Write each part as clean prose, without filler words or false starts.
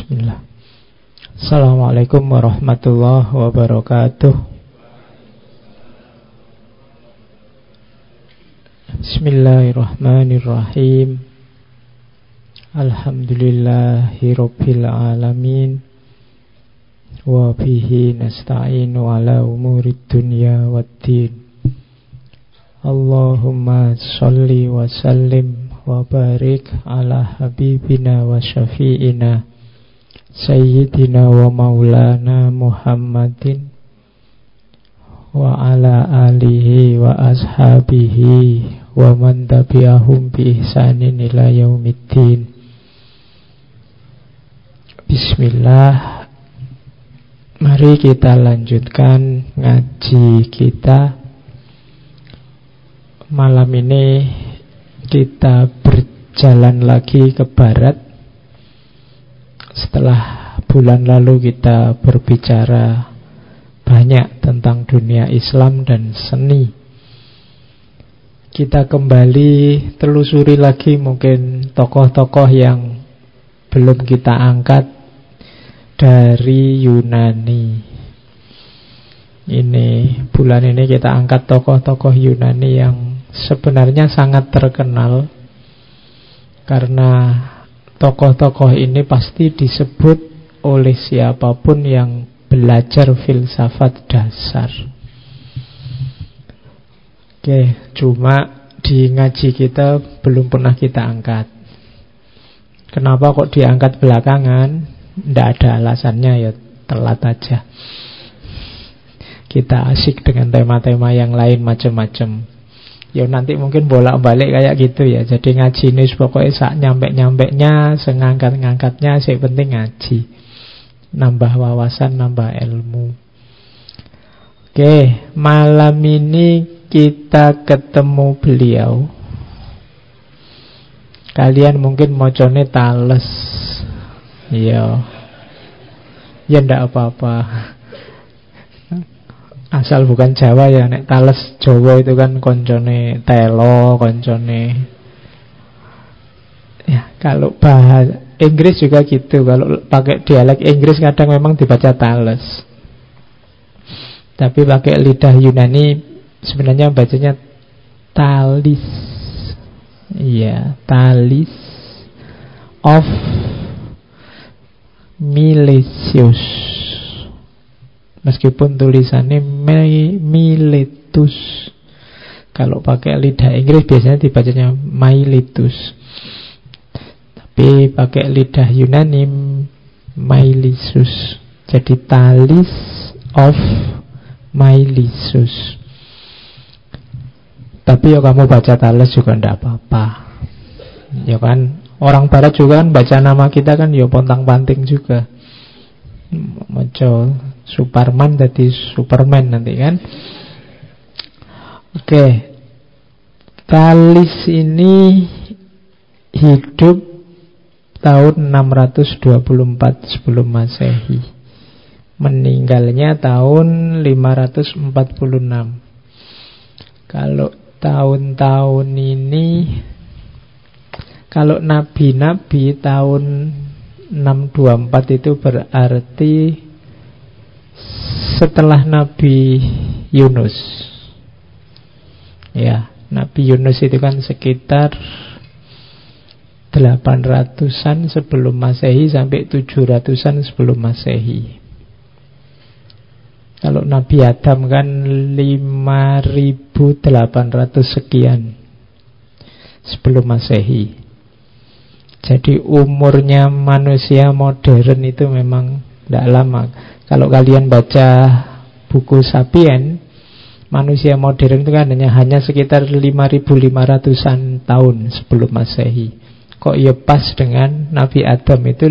Bismillah. Assalamualaikum warahmatullahi wabarakatuh. Bismillahirrahmanirrahim. Alhamdulillahirabbil alamin. Wa bihi nasta'inu ala umurid dunya waddin. Allahumma sholli wa sallim wa barik ala habibina wa syafi'ina Sayyidina wa maulana Muhammadin wa ala alihi wa ashabihi wa man tabi'ahum bi ihsanin ila yaumiddin. Bismillah. Mari kita lanjutkan ngaji kita. Malam ini kita berjalan lagi ke barat. Setelah bulan lalu kita berbicara banyak tentang dunia Islam dan seni, kita kembali telusuri lagi mungkin tokoh-tokoh yang belum kita angkat dari Yunani. Ini bulan ini kita angkat tokoh-tokoh Yunani yang sebenarnya sangat terkenal, karena tokoh-tokoh ini pasti disebut oleh siapapun yang belajar filsafat dasar. Oke, cuma di ngaji kita belum pernah kita angkat. Kenapa kok diangkat belakangan? Tidak ada alasannya, ya telat aja. Kita asik dengan tema-tema yang lain macam-macam. Ya nanti mungkin bolak-balik kayak gitu ya. Jadi ngaji ini pokoknya sak nyampe-nyampeknya, sengangkat-ngangkatnya, sih penting ngaji. Nambah wawasan, nambah ilmu. Oke, malam ini kita ketemu beliau. Kalian mungkin mocone Thales. Iya. Ya ndak apa-apa. Asal bukan Jawa ya, nek Thales Jawa itu kan koncone telo, koncone. Ya, kalau bahasa Inggris juga gitu. Kalau pakai dialek Inggris kadang memang dibaca Thales. Tapi pakai lidah Yunani sebenarnya bacanya Thalis. Iya, Thalis of Milesius. Meskipun tulisannya Miletus. Kalau pakai lidah Inggris biasanya dibacanya Miletus. Tapi pakai lidah Yunani Milesus. Jadi Thalis of Miletus. Tapi ya kamu baca Thales juga tidak apa-apa. Ya kan, orang barat juga kan baca nama kita kan ya pontang-panting juga. Maca Superman jadi Superman nanti kan. Oke. Thalis ini hidup tahun 624 sebelum Masehi. Meninggalnya tahun 546. Kalau tahun-tahun ini, kalau nabi-nabi tahun 624 itu berarti setelah Nabi Yunus. Ya, Nabi Yunus itu kan sekitar 800-an sebelum Masehi sampai 700-an sebelum Masehi. Kalau Nabi Adam kan 5800 sekian sebelum Masehi. Jadi umurnya manusia modern itu memang tidak lama. Kalau kalian baca buku Sapien, manusia modern itu kan hanya sekitar 5500-an tahun sebelum Masehi. Kok ya pas dengan Nabi Adam itu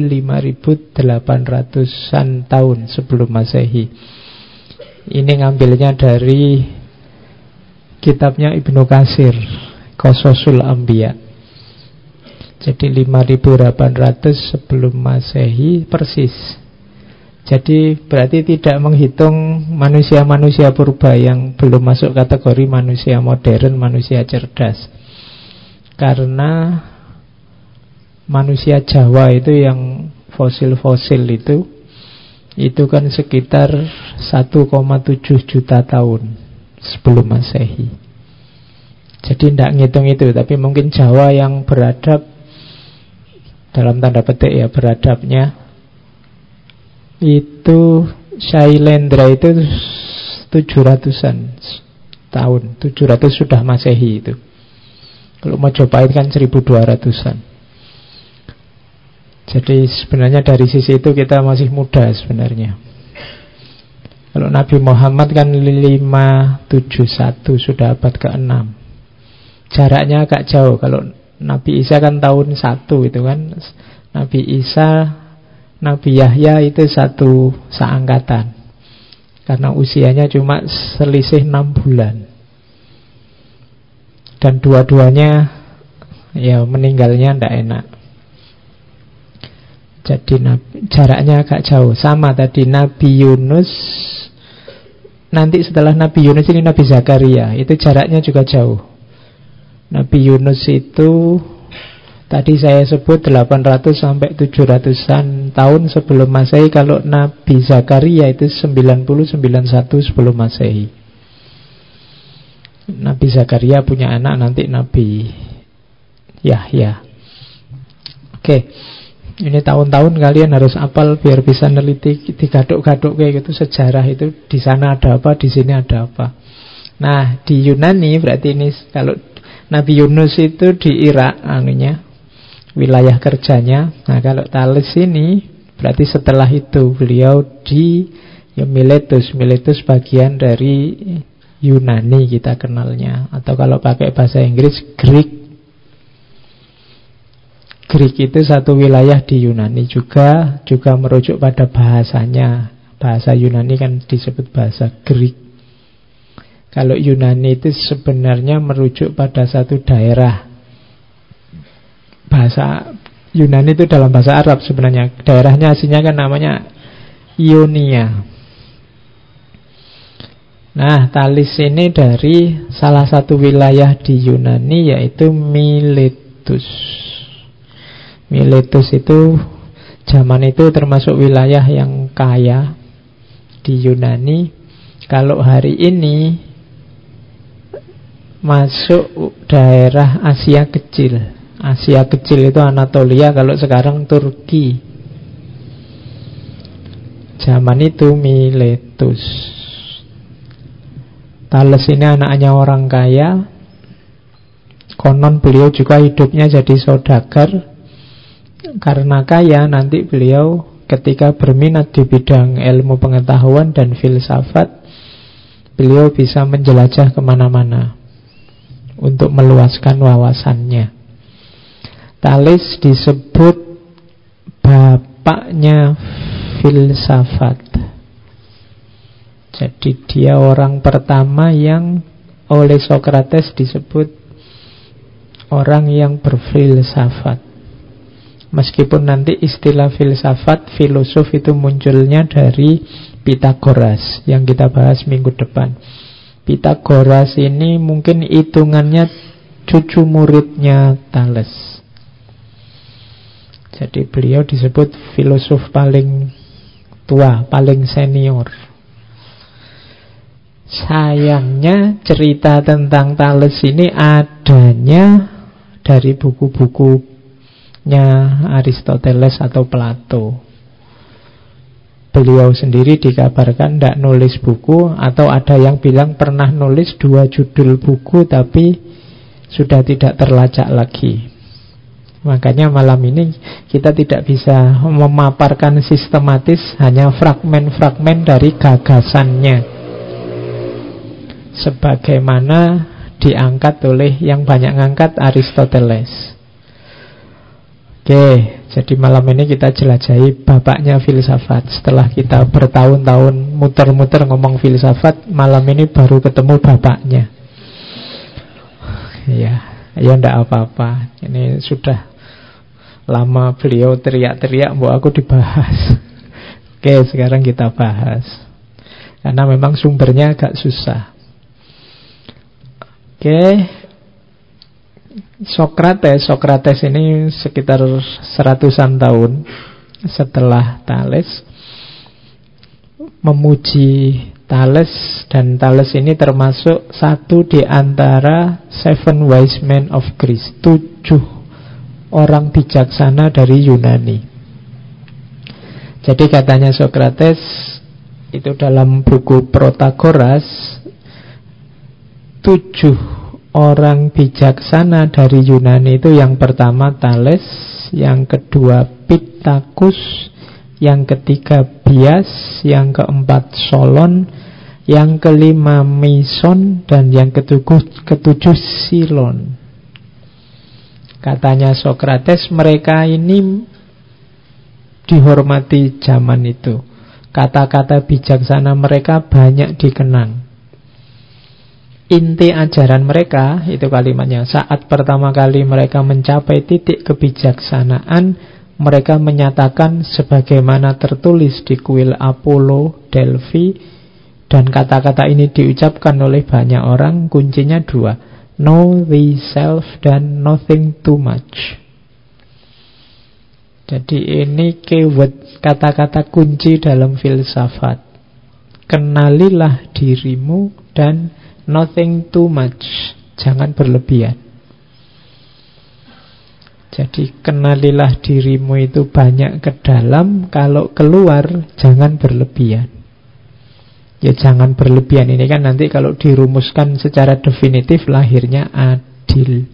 5800-an tahun sebelum Masehi. Ini ngambilnya dari kitabnya Ibnu Katsir, Qasasul Anbiya. Jadi 5800 sebelum Masehi persis. Jadi berarti tidak menghitung manusia-manusia purba yang belum masuk kategori manusia modern, manusia cerdas. Karena manusia Jawa itu yang fosil-fosil itu kan sekitar 1,7 juta tahun sebelum Masehi. Jadi tidak ngitung itu, tapi mungkin Jawa yang beradab, dalam tanda petik ya beradabnya, itu Shailendra itu 700-an tahun, 700 sudah Masehi itu. Kalau Majapahit kan 1200-an. Jadi sebenarnya dari sisi itu kita masih muda sebenarnya. Kalau Nabi Muhammad kan 571, sudah abad ke-6. Jaraknya agak jauh. Kalau Nabi Isa kan tahun 1 itu kan. Nabi Isa, Nabi Yahya itu satu seangkatan. Karena usianya cuma selisih 6 bulan. Dan dua-duanya ya meninggalnya tidak enak. Jadi jaraknya agak jauh. Sama tadi Nabi Yunus, nanti setelah Nabi Yunus ini Nabi Zakaria, itu jaraknya juga jauh. Nabi Yunus itu tadi saya sebut 800 sampai 700-an tahun sebelum Masehi. Kalau Nabi Zakaria itu 90-91 sebelum Masehi. Nabi Zakaria punya anak nanti Nabi Yahya. Oke. Ini tahun-tahun kalian harus hafal biar bisa neliti, digaduk-gaduk kayak gitu sejarah itu, di sana ada apa, di sini ada apa. Nah, di Yunani berarti ini kalau Nabi Yunus itu di Irak wilayah kerjanya. Nah, kalau Thales ini berarti setelah itu beliau di Miletus. Miletus bagian dari Yunani kita kenalnya, atau kalau pakai bahasa Inggris Greek. Greek itu satu wilayah di Yunani juga merujuk pada bahasanya. Bahasa Yunani kan disebut bahasa Greek. Kalau Yunani itu sebenarnya merujuk pada satu daerah. Bahasa Yunani itu dalam bahasa Arab sebenarnya. Daerahnya aslinya kan namanya Ionia. Nah, Thales ini dari salah satu wilayah di Yunani, yaitu Miletus. Miletus itu zaman itu termasuk wilayah yang kaya di Yunani. Kalau hari ini masuk daerah Asia Kecil. Asia Kecil itu Anatolia, kalau sekarang Turki. Zaman itu Miletus. Thales ini anaknya orang kaya. Konon beliau juga hidupnya jadi saudagar. Karena kaya, nanti beliau ketika berminat di bidang ilmu pengetahuan dan filsafat, beliau bisa menjelajah kemana-mana untuk meluaskan wawasannya. Thales disebut bapaknya filsafat. Jadi dia orang pertama yang oleh Socrates disebut orang yang berfilsafat. Meskipun nanti istilah filsafat, filosof itu munculnya dari Pythagoras yang kita bahas minggu depan. Pythagoras ini mungkin hitungannya cucu muridnya Thales. Jadi beliau disebut filosof paling tua, paling senior. Sayangnya cerita tentang Thales ini adanya dari buku-bukunya Aristoteles atau Plato. Beliau sendiri dikabarkan tidak nulis buku, atau ada yang bilang pernah nulis 2 judul buku tapi sudah tidak terlacak lagi. Makanya malam ini kita tidak bisa memaparkan sistematis, hanya fragmen-fragmen dari gagasannya sebagaimana diangkat oleh yang banyak ngangkat Aristoteles. Oke, jadi malam ini kita jelajahi bapaknya filsafat. Setelah kita bertahun-tahun muter-muter ngomong filsafat, malam ini baru ketemu bapaknya. Ya enggak apa-apa. Ini sudah lama beliau teriak-teriak, "Mbok aku dibahas." Oke, sekarang kita bahas. Karena memang sumbernya agak susah. Oke, Socrates ini sekitar 100-an tahun setelah Thales, memuji Thales, dan Thales ini termasuk satu di antara 7 wise men of Greece, 7 orang bijaksana dari Yunani. Jadi katanya Socrates itu dalam buku Protagoras, 7 orang bijaksana dari Yunani itu yang pertama Thales, yang kedua Pittacus, yang ketiga Bias, yang keempat Solon, yang kelima Meson, dan yang ketujuh Silon. Katanya Socrates, mereka ini dihormati zaman itu. Kata-kata bijaksana mereka banyak dikenang. Inti ajaran mereka, itu kalimatnya, saat pertama kali mereka mencapai titik kebijaksanaan, mereka menyatakan sebagaimana tertulis di kuil Apollo, Delphi, dan kata-kata ini diucapkan oleh banyak orang, kuncinya 2, know thyself dan nothing too much. Jadi ini keyword, kata-kata kunci dalam filsafat. Kenalilah dirimu dan nothing too much, jangan berlebihan. Jadi kenalilah dirimu itu banyak ke dalam, kalau keluar jangan berlebihan. Ya jangan berlebihan ini kan nanti kalau dirumuskan secara definitif lahirnya adil.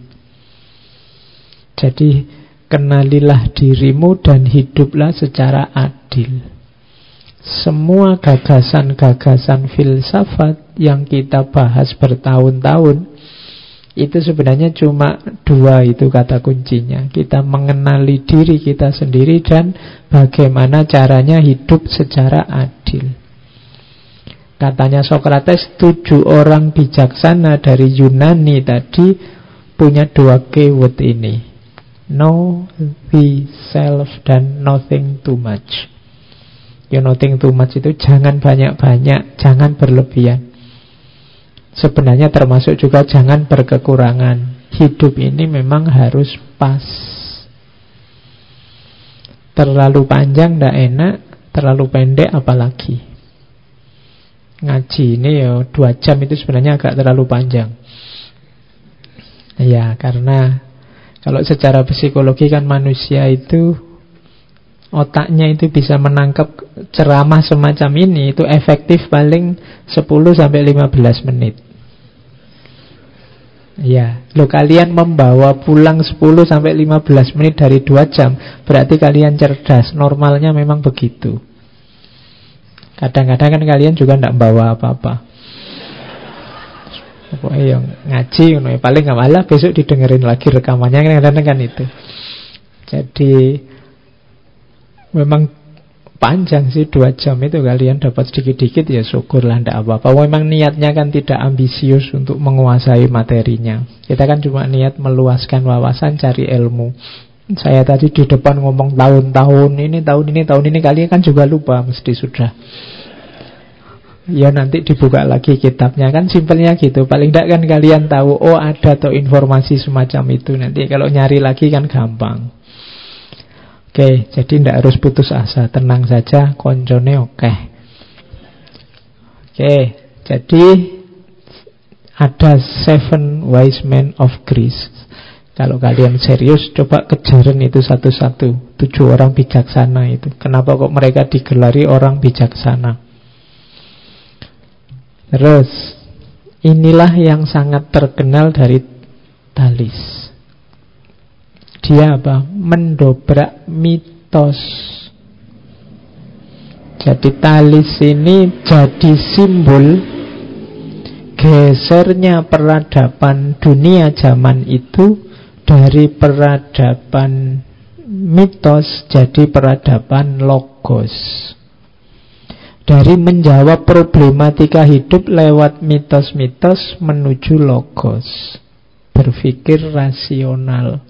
Jadi kenalilah dirimu dan hiduplah secara adil. Semua gagasan-gagasan filsafat yang kita bahas bertahun-tahun itu sebenarnya cuma 2 itu kata kuncinya. Kita mengenali diri kita sendiri dan bagaimana caranya hidup secara adil. Katanya Socrates, 7 orang bijaksana dari Yunani tadi punya 2 keyword ini, know thyself dan nothing too much. Ya nothing too much itu jangan banyak-banyak, jangan berlebihan. Sebenarnya termasuk juga jangan berkekurangan. Hidup ini memang harus pas. Terlalu panjang tidak enak, terlalu pendek apalagi. Ngaji ini ya 2 jam itu sebenarnya agak terlalu panjang. Ya karena kalau secara psikologi kan manusia itu otaknya itu bisa menangkap ceramah semacam ini itu efektif paling 10-15 menit. Ya, lo kalian membawa pulang 10-15 menit dari 2 jam, berarti kalian cerdas. Normalnya memang begitu. Kadang-kadang kan kalian juga tidak bawa apa-apa. Pokoknya yang ngaji, paling nggak malah besok didengerin lagi rekamannya kadang-kadang kan itu. Jadi memang panjang sih 2 jam itu, kalian dapat sedikit-dikit ya syukurlah, tidak apa-apa. Memang niatnya kan tidak ambisius untuk menguasai materinya. Kita kan cuma niat meluaskan wawasan, cari ilmu. Saya tadi di depan ngomong tahun ini, kalian kan juga lupa mesti sudah. Ya nanti dibuka lagi kitabnya, kan simpelnya gitu. Paling tidak kan kalian tahu, oh ada atau informasi semacam itu. Nanti kalau nyari lagi kan gampang. Oke, jadi tidak harus putus asa, tenang saja, koncone oke. Oke, jadi ada 7 wise men of Greece. Kalau kalian serius, coba kejarin itu satu-satu. 7 orang bijaksana itu. Kenapa kok mereka digelari orang bijaksana? Terus, inilah yang sangat terkenal dari Thales. Dia apa? Mendobrak mitos. Jadi Thales ini jadi simbol gesernya peradaban dunia zaman itu dari peradaban mitos jadi peradaban logos. Dari menjawab problematika hidup lewat mitos-mitos menuju logos, berpikir rasional.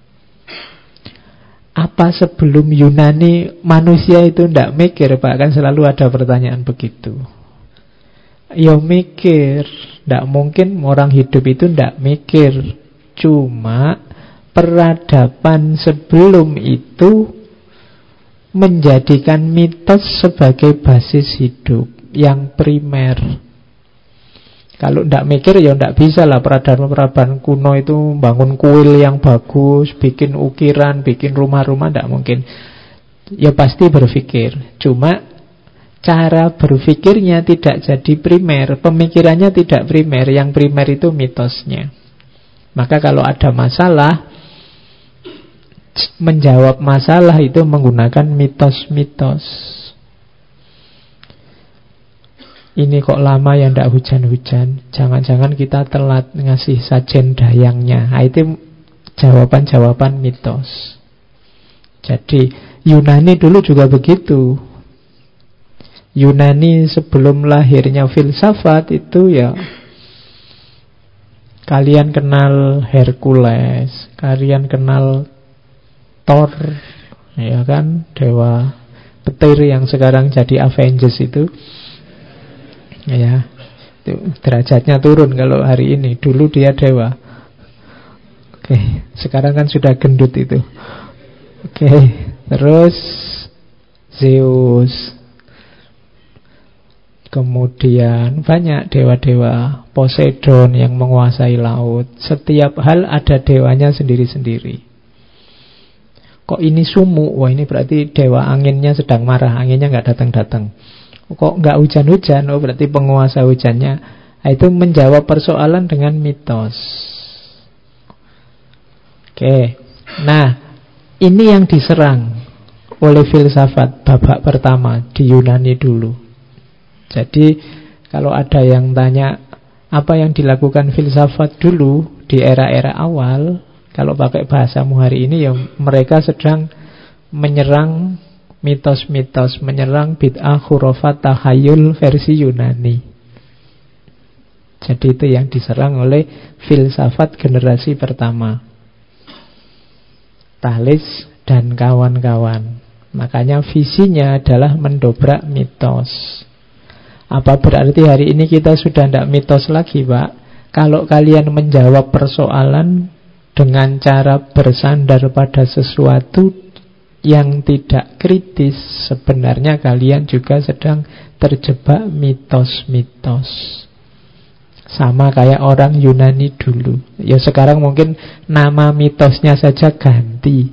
Apa sebelum Yunani manusia itu tidak mikir, Pak? Kan selalu ada pertanyaan begitu. Ya mikir, tidak mungkin orang hidup itu tidak mikir. Cuma peradaban sebelum itu menjadikan mitos sebagai basis hidup yang primer. Kalau tidak mikir ya tidak bisa lah. Peradaban-peradaban kuno itu bangun kuil yang bagus, bikin ukiran, bikin rumah-rumah, tidak mungkin. Ya pasti berpikir. Cuma cara berpikirnya tidak jadi primer, pemikirannya tidak primer. Yang primer itu mitosnya. Maka kalau ada masalah, menjawab masalah itu menggunakan mitos-mitos. Ini kok lama ya ndak hujan-hujan, jangan-jangan kita telat ngasih sajen dayangnya. Nah, itu jawaban-jawaban mitos. Jadi Yunani dulu juga begitu. Yunani sebelum lahirnya filsafat itu ya, kalian kenal Hercules, kalian kenal Thor, ya kan, dewa petir yang sekarang jadi Avengers itu. Ya, itu derajatnya turun kalau hari ini. Dulu dia dewa. Oke, sekarang kan sudah gendut itu. Oke, terus Zeus. Kemudian banyak dewa-dewa, Poseidon yang menguasai laut. Setiap hal ada dewanya sendiri-sendiri. Kok ini sumu? Wah, ini berarti dewa anginnya sedang marah, anginnya nggak datang-datang. Kok nggak hujan-hujan? Oh, berarti penguasa hujannya. Nah, itu menjawab persoalan dengan mitos. Oke. Nah, ini yang diserang oleh filsafat babak pertama di Yunani dulu. Jadi, kalau ada yang tanya apa yang dilakukan filsafat dulu di era-era awal, kalau pakai bahasamu hari ini, ya mereka sedang menyerang mitos-mitos, menyerang bid'ah, khurafat, takhayul versi Yunani. Jadi itu yang diserang oleh filsafat generasi pertama, Thales dan kawan-kawan. Makanya visinya adalah mendobrak mitos. Apa berarti hari ini kita sudah tidak mitos lagi, Pak? Kalau kalian menjawab persoalan dengan cara bersandar pada sesuatu yang tidak kritis, sebenarnya kalian juga sedang terjebak mitos-mitos. Sama kayak orang Yunani dulu. Ya sekarang mungkin nama mitosnya saja ganti.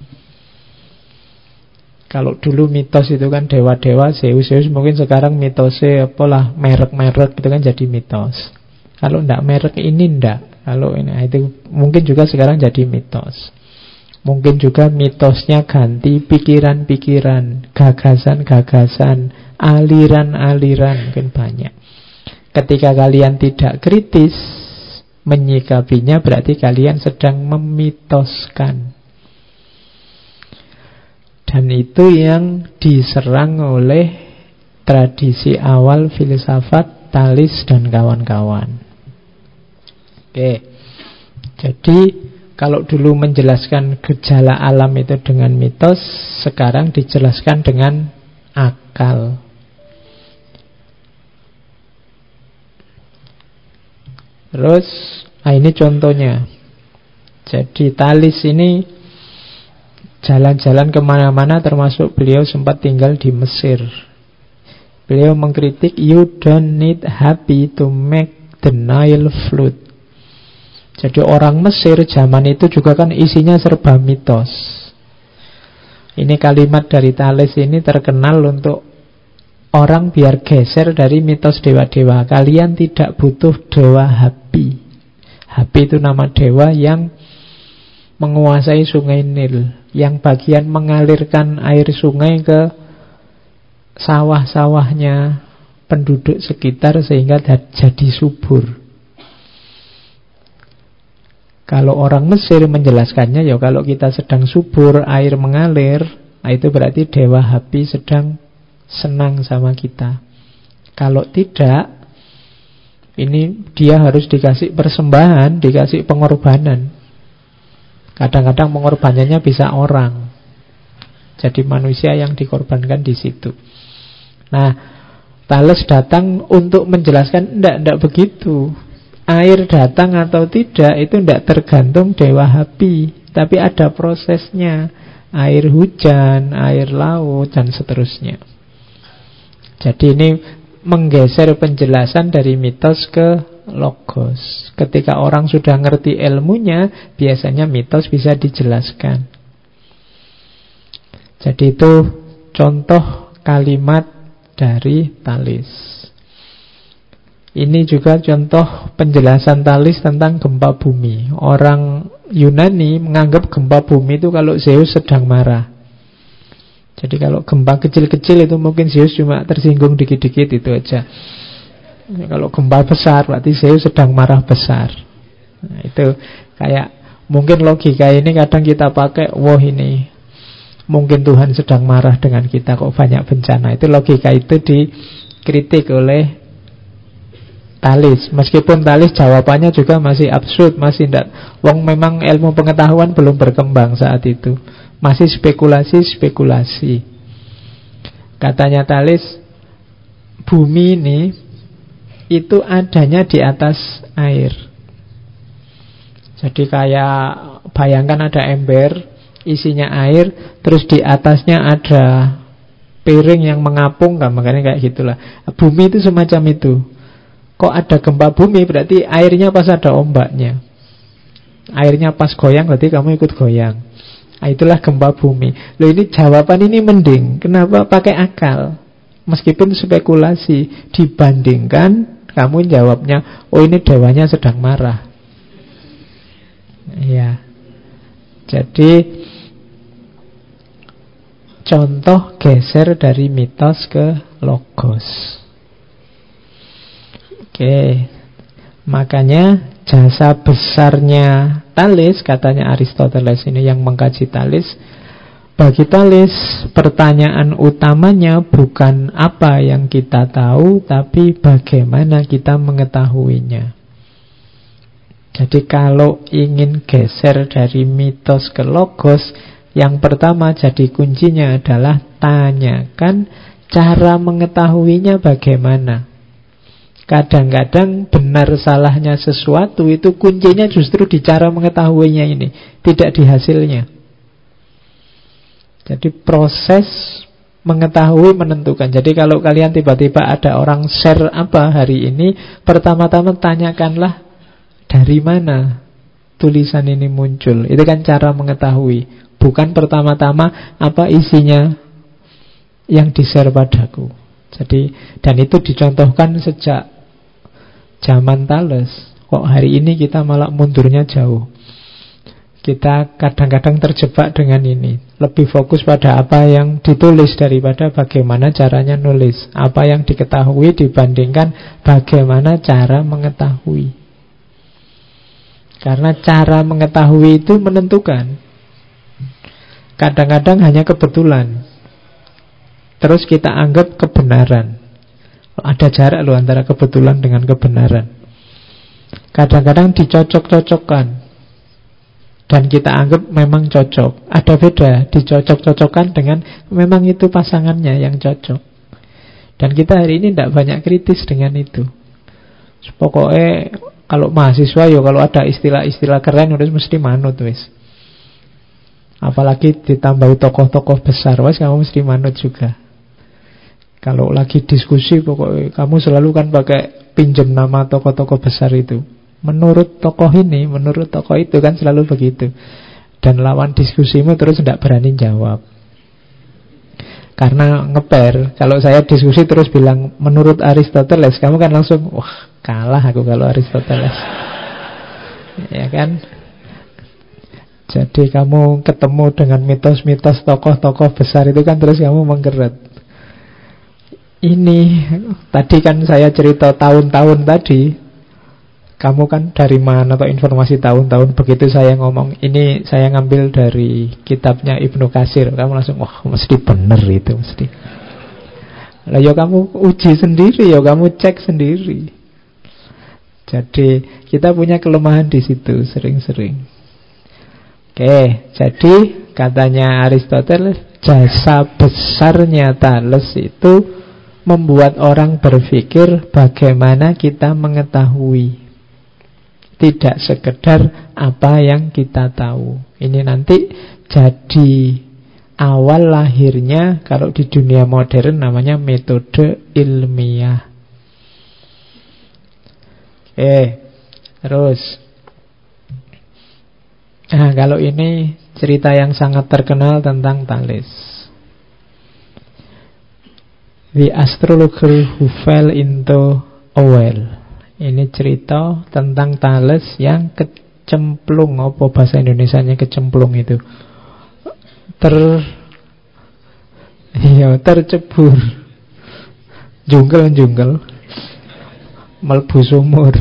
Kalau dulu mitos itu kan dewa-dewa, Zeus, mungkin sekarang mitosnya apalah merek-merek itu kan jadi mitos. Kalau ndak merek ini ndak, kalau ini itu mungkin juga sekarang jadi mitos. Mungkin juga mitosnya ganti pikiran-pikiran, gagasan-gagasan, aliran-aliran, mungkin banyak. Ketika kalian tidak kritis menyikapinya, berarti kalian sedang memitoskan. Dan itu yang diserang oleh tradisi awal filsafat Thales dan kawan-kawan. Oke, jadi kalau dulu menjelaskan gejala alam itu dengan mitos, sekarang dijelaskan dengan akal. Terus, nah ini contohnya. Jadi Thales ini jalan-jalan kemana-mana, termasuk beliau sempat tinggal di Mesir. Beliau mengkritik, you don't need happy to make the Nile flood. Jadi orang Mesir zaman itu juga kan isinya serba mitos. Ini kalimat dari Thales ini terkenal untuk orang biar geser dari mitos dewa-dewa. Kalian tidak butuh dewa Hapi. Hapi itu nama dewa yang menguasai sungai Nil, yang bagian mengalirkan air sungai ke sawah-sawahnya penduduk sekitar sehingga jadi subur. Kalau orang Mesir menjelaskannya, ya kalau kita sedang subur, air mengalir, nah itu berarti dewa Hapi sedang senang sama kita. Kalau tidak, ini dia harus dikasih persembahan, dikasih pengorbanan. Kadang-kadang pengorbanannya bisa orang. Jadi manusia yang dikorbankan di situ. Nah, Thales datang untuk menjelaskan, enggak begitu. Air datang atau tidak itu tidak tergantung dewa Hapi, tapi ada prosesnya. air hujan, air laut, dan seterusnya. Jadi ini menggeser penjelasan dari mitos ke logos. Ketika orang sudah ngerti ilmunya, biasanya mitos bisa dijelaskan. Jadi itu contoh kalimat dari Thales. Ini juga contoh penjelasan Thales tentang gempa bumi. Orang Yunani menganggap gempa bumi itu kalau Zeus sedang marah. Jadi kalau gempa kecil-kecil itu mungkin Zeus cuma tersinggung dikit-dikit, itu aja. Kalau gempa besar berarti Zeus sedang marah besar. Nah, itu kayak mungkin logika ini kadang kita pakai, wah ini mungkin Tuhan sedang marah dengan kita kok banyak bencana. Itu logika itu dikritik oleh Thales. Meskipun Thales jawabannya juga masih absurd, masih tidak. Wong memang ilmu pengetahuan belum berkembang saat itu. Masih spekulasi. Katanya Thales, bumi ini itu adanya di atas air. Jadi kayak bayangkan ada ember, isinya air, terus di atasnya ada piring yang mengapung, kan? Makanya kayak gitulah. Bumi itu semacam itu. Kok ada gempa bumi berarti airnya pas ada ombaknya. Airnya pas goyang berarti kamu ikut goyang. Nah, itulah gempa bumi. Loh, ini jawaban ini mending. Kenapa pakai akal? Meskipun spekulasi, dibandingkan kamu jawabnya, oh ini dewanya sedang marah. Ya. Jadi contoh geser dari mitos ke logos. Oke, makanya jasa besarnya Thales, katanya Aristoteles ini yang mengkaji Thales. Bagi Thales, pertanyaan utamanya bukan apa yang kita tahu, tapi bagaimana kita mengetahuinya. Jadi kalau ingin geser dari mitos ke logos, yang pertama jadi kuncinya adalah tanyakan cara mengetahuinya bagaimana. Kadang-kadang benar salahnya sesuatu itu kuncinya justru di cara mengetahuinya ini, tidak di hasilnya. Jadi proses mengetahui menentukan. Jadi kalau kalian tiba-tiba ada orang share apa hari ini, pertama-tama tanyakanlah dari mana tulisan ini muncul. Itu kan cara mengetahui. Bukan pertama-tama apa isinya yang di-share padaku. Jadi, dan itu dicontohkan sejak zaman Thales. Kok hari ini kita malah mundurnya jauh. Kita kadang-kadang terjebak dengan ini. Lebih fokus pada apa yang ditulis daripada bagaimana caranya nulis. Apa yang diketahui dibandingkan bagaimana cara mengetahui. Karena cara mengetahui itu menentukan. Kadang-kadang hanya kebetulan, terus kita anggap kebenaran. Ada jarak loh antara kebetulan dengan kebenaran. Kadang-kadang dicocok-cocokkan dan kita anggap memang cocok. Ada beda, dicocok-cocokkan dengan memang itu pasangannya yang cocok. Dan kita hari ini tidak banyak kritis dengan itu. Pokoknya kalau mahasiswa ya kalau ada istilah-istilah keren udah mesti manut wis. Apalagi ditambahi tokoh-tokoh besar, wis kamu mesti manut juga. Kalau lagi diskusi pokoknya kamu selalu kan pakai pinjam nama tokoh-tokoh besar itu. Menurut tokoh ini, menurut tokoh itu, kan selalu begitu. Dan lawan diskusimu terus tidak berani jawab. Karena ngeper. Kalau saya diskusi terus bilang menurut Aristoteles, kamu kan langsung wah kalah aku kalau Aristoteles. Ya kan? Jadi kamu ketemu dengan mitos-mitos tokoh-tokoh besar itu kan terus kamu menggerak. Ini tadi kan saya cerita tahun-tahun tadi. Kamu kan dari mana atau informasi tahun-tahun. Begitu saya ngomong ini saya ngambil dari kitabnya Ibnu Katsir, kamu langsung wah mesti bener itu mesti. Lah ya kamu uji sendiri, ya kamu cek sendiri. Jadi kita punya kelemahan di situ sering-sering. Oke, jadi katanya Aristoteles, jasa besarnya Thales itu membuat orang berpikir bagaimana kita mengetahui, tidak sekedar apa yang kita tahu. Ini nanti jadi awal lahirnya kalau di dunia modern namanya metode ilmiah. Terus. Nah, kalau ini cerita yang sangat terkenal tentang Thales. The astrologer who fell into a well. Ini cerita tentang Thales yang kecemplung. Apa bahasa Indonesianya kecemplung itu? Tercebur jungkel mlebu sumur.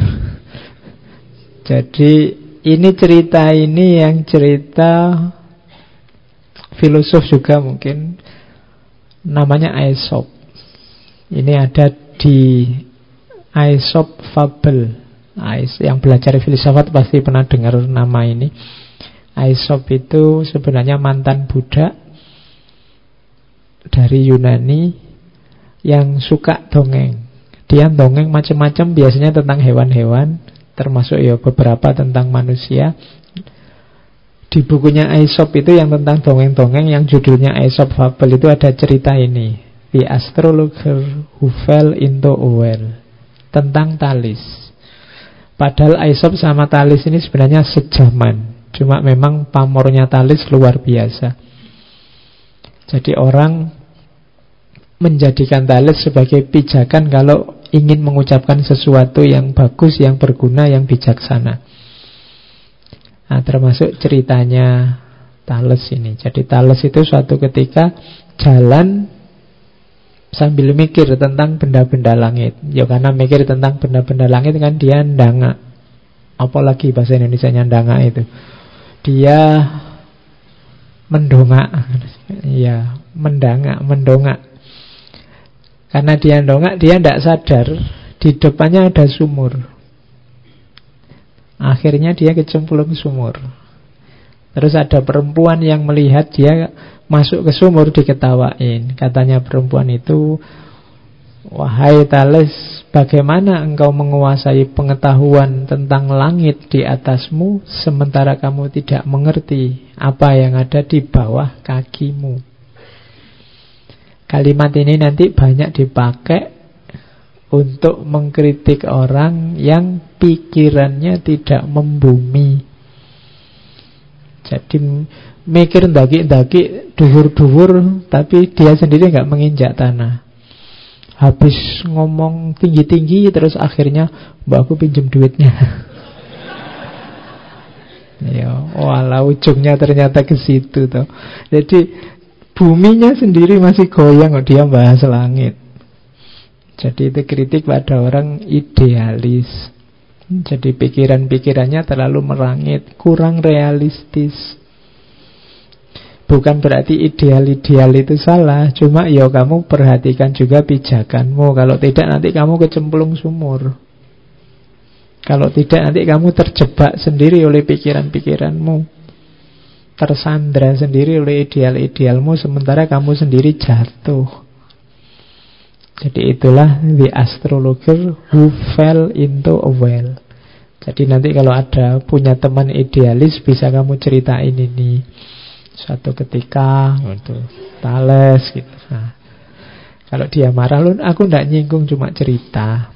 Jadi ini cerita ini yang cerita filosof juga mungkin, namanya Aesop. Ini ada di Aesop Fable. Yang belajar filsafat pasti pernah dengar nama ini. Aesop itu sebenarnya mantan budak dari Yunani yang suka dongeng. Dia dongeng macam-macam, biasanya tentang hewan-hewan, termasuk ya beberapa tentang manusia. Di bukunya Aesop itu yang tentang dongeng-dongeng, yang judulnya Aesop Fable, itu ada cerita ini, The Astrologer Who Fell into a Well, tentang Thales. Padahal Aesop sama Thales ini sebenarnya sejaman, cuma memang pamornya Thales luar biasa. Jadi orang menjadikan Thales sebagai pijakan kalau ingin mengucapkan sesuatu yang bagus, yang berguna, yang bijaksana. Nah, termasuk ceritanya Thales ini. Jadi Thales itu suatu ketika jalan sambil mikir tentang benda-benda langit. Ya karena mikir tentang benda-benda langit kan dia ndangak. Apalagi bahasa Indonesianya ndangak itu. Dia mendongak. Ya, mendongak. Karena dia ndongak, dia tidak sadar di depannya ada sumur. Akhirnya dia kecemplung sumur. Terus ada perempuan yang melihat dia masuk ke sumur, diketawain. Katanya perempuan itu, "Wahai Thales, bagaimana engkau menguasai pengetahuan tentang langit di atasmu, sementara kamu tidak mengerti apa yang ada di bawah kakimu?" Kalimat ini nanti banyak dipakai untuk mengkritik orang yang pikirannya tidak membumi. Jadi mikir ndaki-ndaki, duhur-duhur, tapi dia sendiri nggak menginjak tanah. Habis ngomong tinggi-tinggi, terus akhirnya, "Mbak, aku pinjem duitnya." Ya, walah, ujungnya ternyata ke situ toh. Jadi buminya sendiri masih goyang kok, dia bahas langit. Jadi itu kritik pada orang idealis. Jadi pikiran-pikirannya terlalu merangit, kurang realistis. Bukan berarti ideal-ideal itu salah, cuma ya kamu perhatikan juga pijakanmu. Kalau tidak nanti kamu kecemplung sumur. Kalau tidak nanti kamu terjebak sendiri oleh pikiran-pikiranmu, tersandra sendiri oleh ideal-idealmu, sementara kamu sendiri jatuh. Jadi itulah the astrologer who fell into a well. Jadi nanti kalau ada punya teman idealis, bisa kamu ceritain ini. Suatu ketika Thales gitu. Nah, kalau dia marah, "Lu, aku ndak nyinggung, cuma cerita."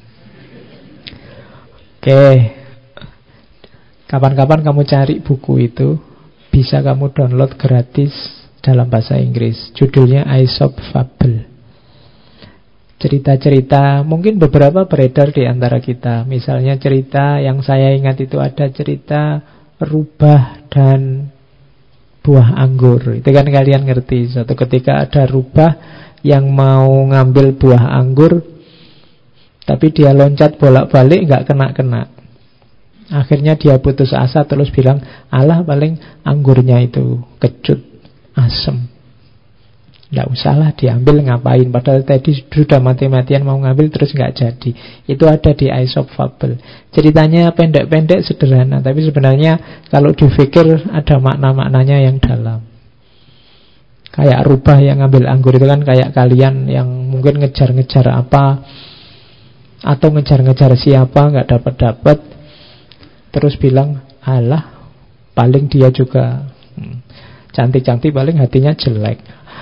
Oke. Kapan-kapan kamu cari buku itu, bisa kamu download gratis dalam bahasa Inggris. Judulnya Aesop Fable. Cerita-cerita, mungkin beberapa beredar di antara kita. Misalnya cerita yang saya ingat itu ada cerita rubah dan buah anggur. Itu kan kalian ngerti. Suatu ketika ada rubah yang mau ngambil buah anggur, tapi dia loncat bolak-balik nggak kena-kena. Akhirnya dia putus asa, terus bilang, "Alah, paling anggurnya itu kecut, asem. Nggak usahlah diambil, ngapain. Padahal tadi sudah mati-matian mau ngambil, terus nggak jadi." Itu ada di Aesop Fable. Ceritanya pendek-pendek, sederhana, tapi sebenarnya kalau dipikir ada makna-maknanya yang dalam. Kayak rubah yang ngambil anggur itu kan kayak kalian yang mungkin ngejar-ngejar apa, atau ngejar-ngejar siapa, nggak dapat-dapat, terus bilang, "Alah, paling dia juga." Cantik-cantik paling hatinya jelek.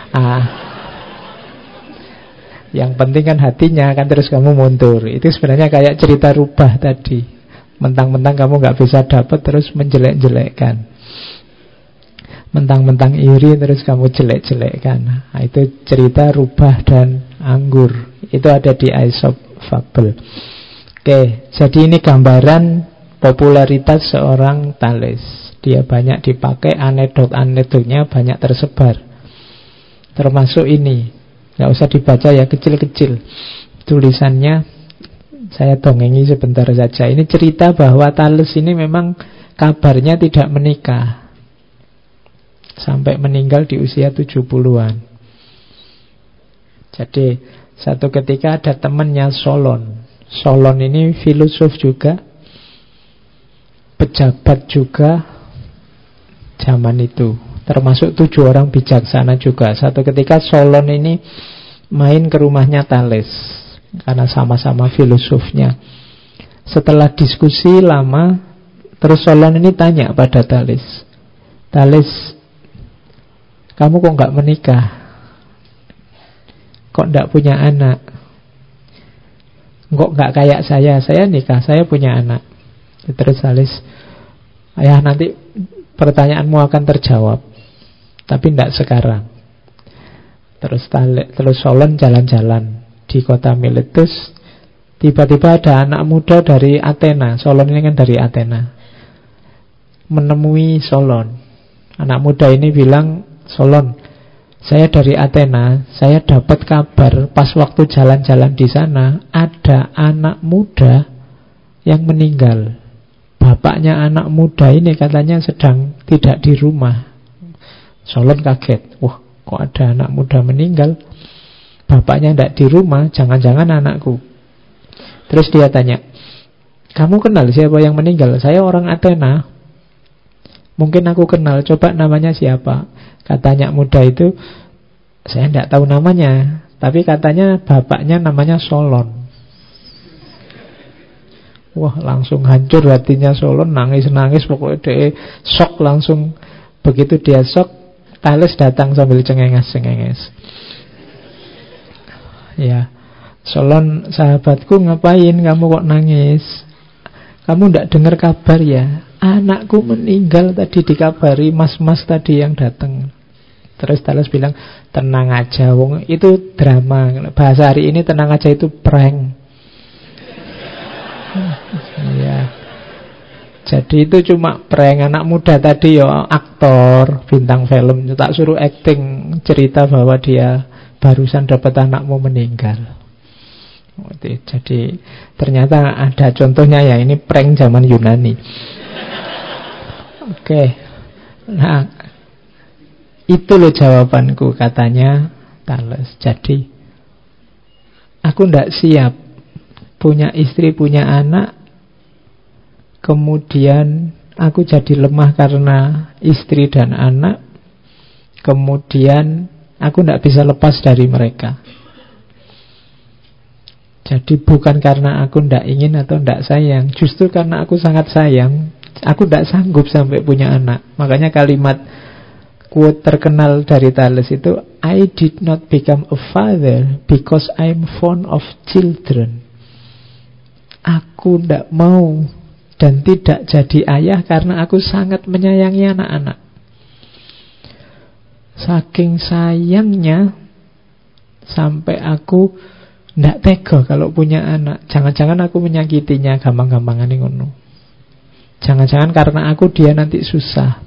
Yang penting kan hatinya, kan terus kamu mundur. Itu sebenarnya kayak cerita rubah tadi. Mentang-mentang kamu gak bisa dapat, terus menjelek-jelekkan. Mentang-mentang iri, terus kamu jelek-jelekkan. Nah, itu cerita rubah dan anggur. Itu ada di Aesop Fable. Oke, jadi ini gambaran popularitas seorang Thales. Dia banyak dipakai, anekdot-anekdotnya banyak tersebar. Termasuk ini. Nggak usah dibaca ya, kecil-kecil. Tulisannya saya dongengi sebentar saja. Ini cerita bahwa Thales ini memang kabarnya tidak menikah. Sampai meninggal di usia 70-an. Jadi satu ketika ada temannya Solon. Solon ini filosof juga, pejabat juga zaman itu. Termasuk 7 orang bijaksana juga. Satu ketika Solon ini main ke rumahnya Thales, karena sama-sama filosofnya. Setelah diskusi lama, terus Solon ini tanya pada Thales, Thales, kamu kok gak menikah? Kok gak punya anak? Kok gak kayak saya nikah, saya punya anak. Terus Thales, ya nanti pertanyaanmu akan terjawab, tapi tidak sekarang. Terus Solon jalan-jalan di kota Miletus. Tiba-tiba ada anak muda dari Athena. Solon ini kan dari Athena, menemui Solon. Anak muda ini bilang, Solon, saya dari Athena. Saya dapat kabar pas waktu jalan-jalan di sana, ada anak muda yang meninggal. Bapaknya anak muda ini katanya sedang tidak di rumah. Solon kaget. Wah, kok ada anak muda meninggal? Bapaknya tidak di rumah, jangan-jangan anakku. Terus dia tanya, kamu kenal siapa yang meninggal? Saya orang Athena. Mungkin aku kenal, coba namanya siapa? Katanya muda itu, saya tidak tahu namanya, tapi katanya bapaknya namanya Solon. Wah, langsung hancur hatinya Solon, nangis-nangis, pokoknya dia shock langsung. Begitu dia shock, Thales datang sambil cengenges-cengenges. Ya, Solon, sahabatku, ngapain kamu kok nangis? Kamu tidak dengar kabar ya? Anakku meninggal tadi, dikabari mas-mas tadi yang datang. Terus Thales bilang, tenang aja, wong itu drama. Bahasa hari ini tenang aja itu prank. Ya. Jadi itu cuma prank. Anak muda tadi ya aktor, bintang film, tak suruh acting cerita bahwa dia barusan dapat anakmu meninggal. Jadi ternyata ada contohnya ya, ini prank zaman Yunani. Oke. Nah, itu loh jawabanku, katanya Thales. Jadi aku tidak siap punya istri, punya anak, kemudian aku jadi lemah karena istri dan anak, kemudian aku tidak bisa lepas dari mereka. Jadi bukan karena aku tidak ingin atau tidak sayang, justru karena aku sangat sayang, aku tidak sanggup sampai punya anak. Makanya kalimat quote terkenal dari Thales itu, I did not become a father because I'm fond of children. Aku tidak mau dan tidak jadi ayah karena aku sangat menyayangi anak-anak. Saking sayangnya sampai aku tidak tega kalau punya anak. Jangan-jangan aku menyakitinya, gampang-gampangan ngono. Jangan-jangan karena aku dia nanti susah.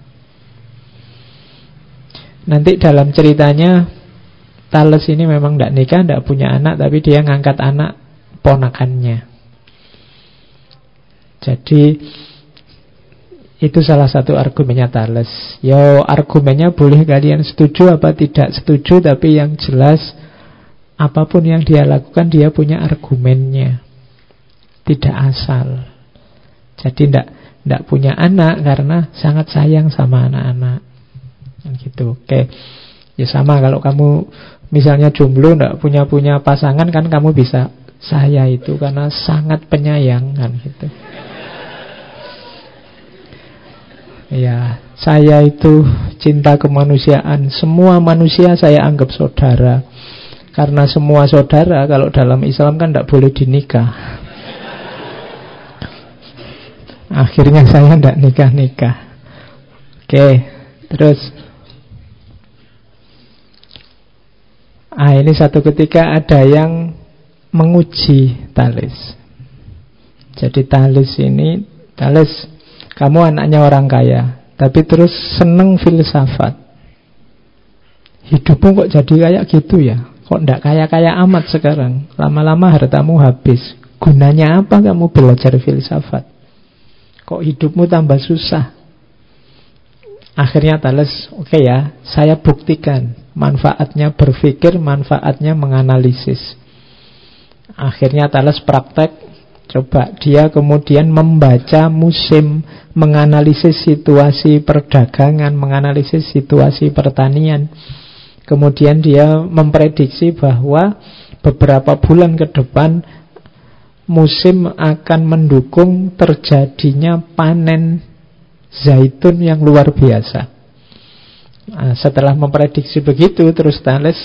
Nanti dalam ceritanya Thales ini memang tidak nikah, tidak punya anak, tapi dia ngangkat anak ponakannya. Jadi itu salah satu argumennya Thales. Yo, argumennya boleh kalian setuju apa tidak setuju, tapi yang jelas apapun yang dia lakukan dia punya argumennya, tidak asal. Jadi tidak punya anak karena sangat sayang sama anak-anak, gitu. Oke, ya sama kalau kamu misalnya jomblo, tidak punya pasangan, kan kamu bisa, saya itu karena sangat penyayang, kan gitu. Ya, saya itu cinta kemanusiaan. Semua manusia saya anggap saudara. Karena semua saudara, kalau dalam Islam kan tidak boleh dinikah. Akhirnya saya tidak nikah-nikah. Oke, terus ini satu ketika ada yang menguji Talis. Jadi Talis, kamu anaknya orang kaya, tapi terus seneng filsafat. Hidupmu kok jadi kayak gitu ya? Kok ndak kaya-kaya amat sekarang? Lama-lama hartamu habis. Gunanya apa kamu belajar filsafat? Kok hidupmu tambah susah? Akhirnya Thales, oke ya, saya buktikan manfaatnya berpikir, manfaatnya menganalisis. Akhirnya Thales praktek. Coba dia kemudian membaca musim, menganalisis situasi perdagangan, menganalisis situasi pertanian. Kemudian dia memprediksi bahwa beberapa bulan ke depan musim akan mendukung terjadinya panen zaitun yang luar biasa. Setelah memprediksi begitu, terus Thales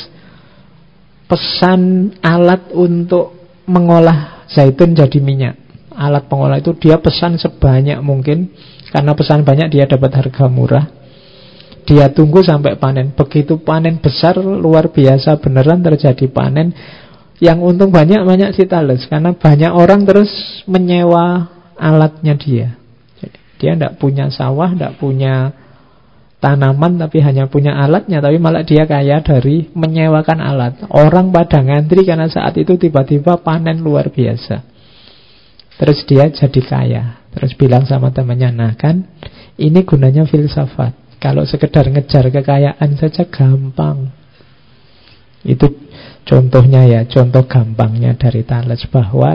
pesan alat untuk mengolah zaitun jadi minyak. Alat pengolah itu dia pesan sebanyak mungkin. Karena pesan banyak dia dapat harga murah. Dia tunggu sampai panen. Begitu panen besar, luar biasa, beneran terjadi panen. Yang untung banyak si Thales. Karena banyak orang terus menyewa alatnya dia. Dia tidak punya sawah, tidak punya tanaman, tapi hanya punya alatnya. Tapi malah dia kaya dari menyewakan alat. Orang pada ngantri karena saat itu tiba-tiba panen luar biasa. Terus dia jadi kaya. Terus bilang sama temannya, nah kan ini gunanya filsafat. Kalau sekedar ngejar kekayaan saja gampang. Itu contohnya ya, contoh gampangnya dari Thales. Bahwa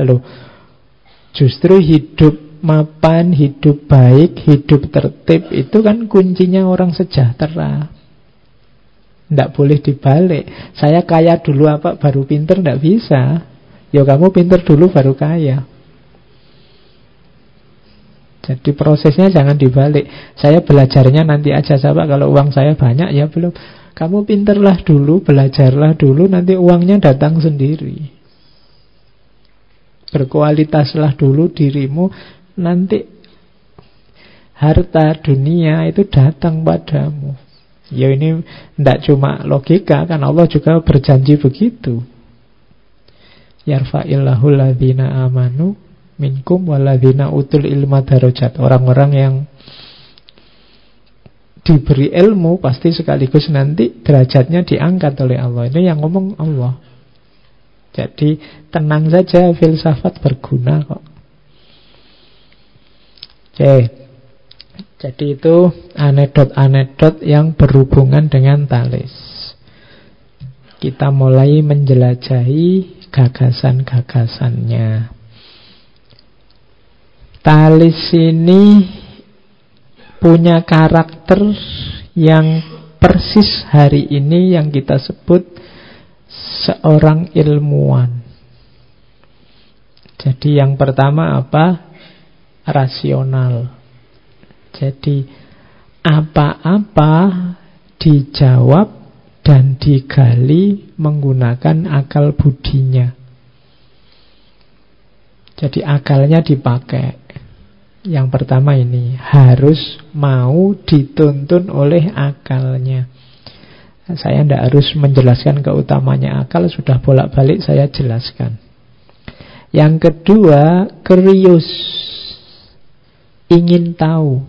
justru hidup mapan, hidup baik, hidup tertib itu kan kuncinya orang sejahtera. Tidak boleh dibalik. Saya kaya dulu apa baru pinter, tidak bisa. Ya kamu pinter dulu baru kaya. Jadi prosesnya jangan dibalik. Saya belajarnya nanti aja Pak, kalau uang saya banyak ya belum. Kamu pinterlah dulu, belajarlah dulu, nanti uangnya datang sendiri. Berkualitaslah dulu dirimu, nanti harta dunia itu datang padamu. Ya ini tidak cuma logika, kan Allah juga berjanji begitu. Yarfa'illahu alladhina amanu minkum walladhina utul ilma darajat. Orang-orang yang diberi ilmu pasti sekaligus nanti derajatnya diangkat oleh Allah. Ini yang ngomong Allah. Jadi tenang saja, filsafat berguna kok. Oke. Jadi itu anekdot-anekdot yang berhubungan dengan Thales. Kita mulai menjelajahi gagasan-gagasannya. Thales ini punya karakter yang persis hari ini yang kita sebut seorang ilmuwan. Jadi yang pertama apa? Rasional. Jadi apa-apa dijawab dan digali menggunakan akal budinya. Jadi akalnya dipakai. Yang pertama ini harus mau dituntun oleh akalnya. Saya tidak harus menjelaskan keutamanya akal, sudah bolak-balik saya jelaskan. Yang kedua, curious, ingin tahu.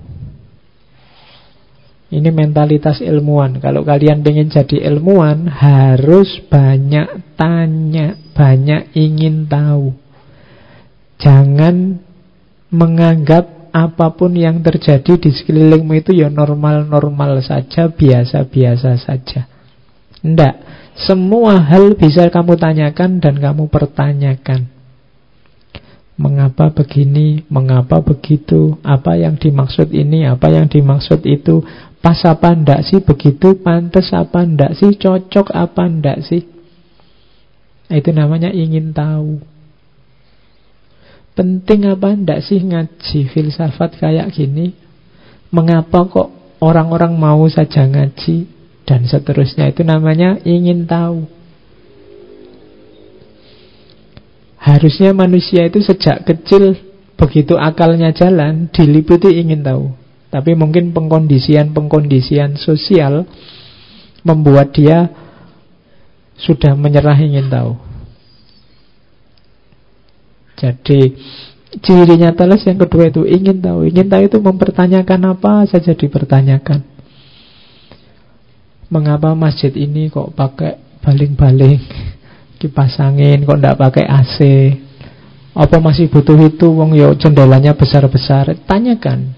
Ini mentalitas ilmuwan. Kalau kalian pengen jadi ilmuwan, harus banyak tanya, banyak ingin tahu. Jangan menganggap apapun yang terjadi di sekelilingmu itu ya normal-normal saja, biasa-biasa saja. Tidak. Semua hal bisa kamu tanyakan dan kamu pertanyakan. Mengapa begini, mengapa begitu, apa yang dimaksud ini, apa yang dimaksud itu, pas apa ndak sih begitu, pantas apa ndak sih, cocok apa ndak sih. Itu namanya ingin tahu. Penting apa ndak sih ngaji filsafat kayak gini? Mengapa kok orang-orang mau saja ngaji dan seterusnya, itu namanya ingin tahu. Harusnya manusia itu sejak kecil, begitu akalnya jalan, diliputi ingin tahu. Tapi mungkin pengkondisian sosial membuat dia sudah menyerah ingin tahu. Jadi cirinya Thales yang kedua itu ingin tahu. Ingin tahu itu mempertanyakan apa saja dipertanyakan. Mengapa masjid ini kok pakai baling-baling, kipas angin, kok tidak pakai AC? Apa masih butuh itu? Wong yo jendelanya besar-besar. Tanyakan.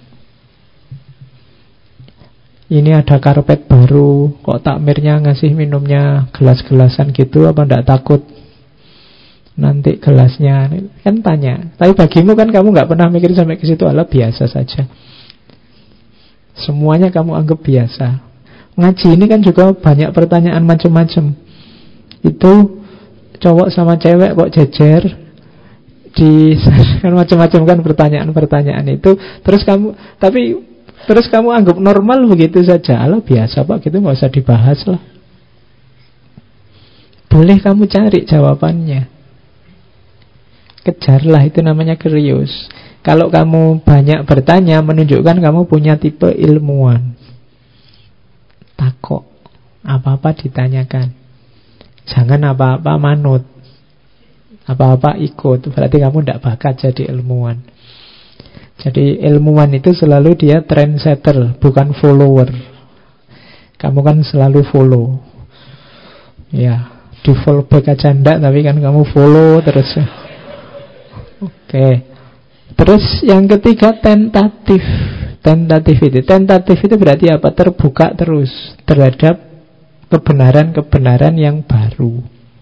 Ini ada karpet baru, kok takmirnya ngasih minumnya gelas-gelasan gitu, apa ndak takut nanti gelasnya? Kan tanya. Tapi bagimu kan kamu nggak pernah mikir sampai ke situ, alah biasa saja. Semuanya kamu anggap biasa. Ngaji ini kan juga banyak pertanyaan macam-macam. Itu cowok sama cewek kok jejer di kan macam-macam kan pertanyaan-pertanyaan itu. Terus kamu anggap normal begitu saja. Alah biasa Pak, gitu nggak usah dibahas lah. Boleh kamu cari jawabannya. Kejarlah, itu namanya curious. Kalau kamu banyak bertanya, menunjukkan kamu punya tipe ilmuwan. Takok, apa-apa ditanyakan. Jangan apa-apa manut, apa-apa ikut. Berarti kamu tidak bakat jadi ilmuwan. Jadi ilmuwan itu selalu dia trendsetter, bukan follower. Kamu kan selalu follow. Ya, di follow back aja enggak, tapi kan kamu follow terus. Oke. Terus yang ketiga tentatif. Tentatif itu berarti apa? Terbuka terus terhadap kebenaran-kebenaran yang baru.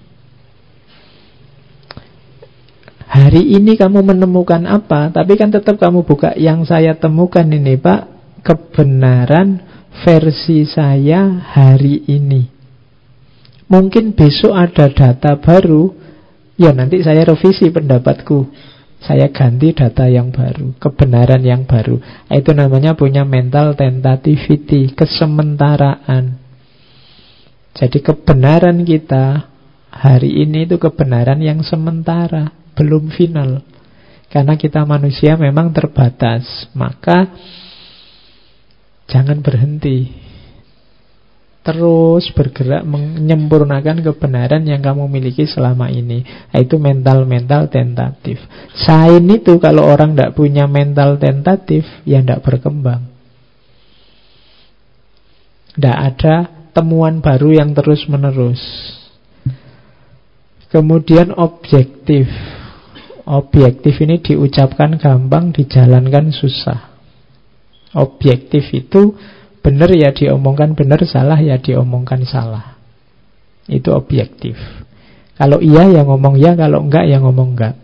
Hari ini kamu menemukan apa? Tapi kan tetap kamu buka. Yang saya temukan ini Pak, kebenaran versi saya hari ini. Mungkin besok ada data baru, ya nanti saya revisi pendapatku. Saya ganti data yang baru, kebenaran yang baru. Itu namanya punya mental tentativity, kesementaraan. Jadi kebenaran kita hari ini itu kebenaran yang sementara, belum final. Karena kita manusia memang terbatas. Maka jangan berhenti, terus bergerak menyempurnakan kebenaran yang kamu miliki selama ini. Itu mental-mental tentatif. Sains itu kalau orang tidak punya mental tentatif, ya tidak berkembang. Tidak ada temuan baru yang terus-menerus. Kemudian objektif. Objektif ini diucapkan gampang, dijalankan susah. Objektif itu benar ya diomongkan benar, salah ya diomongkan salah. Itu objektif. Kalau iya ya ngomong ya, kalau enggak ya ngomong enggak.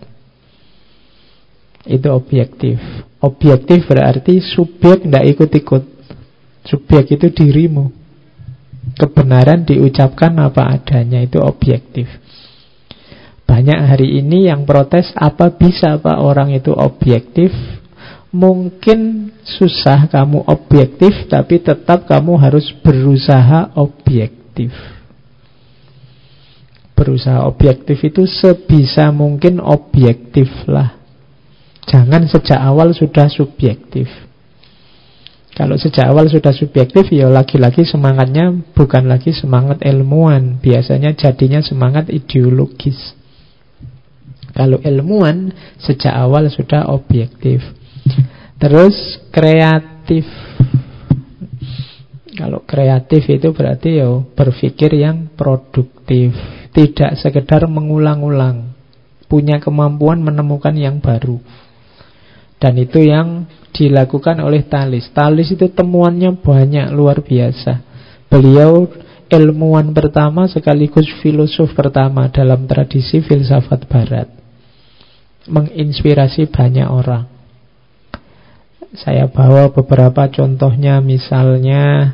Itu objektif. Objektif berarti subjek tidak ikut-ikut. Subjek itu dirimu. Kebenaran diucapkan apa adanya, itu objektif. Banyak hari ini yang protes, apa bisa Pak orang itu objektif? Mungkin susah kamu objektif, tapi tetap kamu harus berusaha objektif. Berusaha objektif itu sebisa mungkin objektif lah. Jangan sejak awal sudah subjektif. Kalau sejak awal sudah subjektif, ya lagi-lagi semangatnya bukan lagi semangat ilmuwan. Biasanya jadinya semangat ideologis. Kalau ilmuwan sejak awal sudah objektif. Terus kreatif. Kalau kreatif itu berarti ya berpikir yang produktif, tidak sekedar mengulang-ulang, punya kemampuan menemukan yang baru. Dan itu yang dilakukan oleh Thales. Thales itu temuannya banyak, luar biasa. Beliau ilmuwan pertama sekaligus filosof pertama dalam tradisi filsafat barat. Menginspirasi banyak orang. Saya bawa beberapa contohnya, misalnya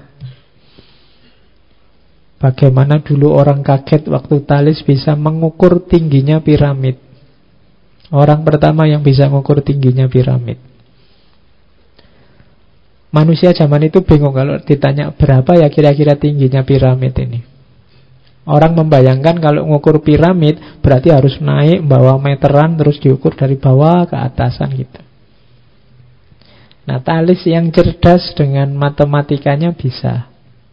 bagaimana dulu orang kaget waktu Thales bisa mengukur tingginya piramid. Orang pertama yang bisa mengukur tingginya piramid. Manusia zaman itu bingung kalau ditanya berapa ya kira-kira tingginya piramid ini. Orang membayangkan kalau ngukur piramid berarti harus naik bawa meteran terus diukur dari bawah ke atasan gitu. Nah, Thales yang cerdas dengan matematikanya bisa.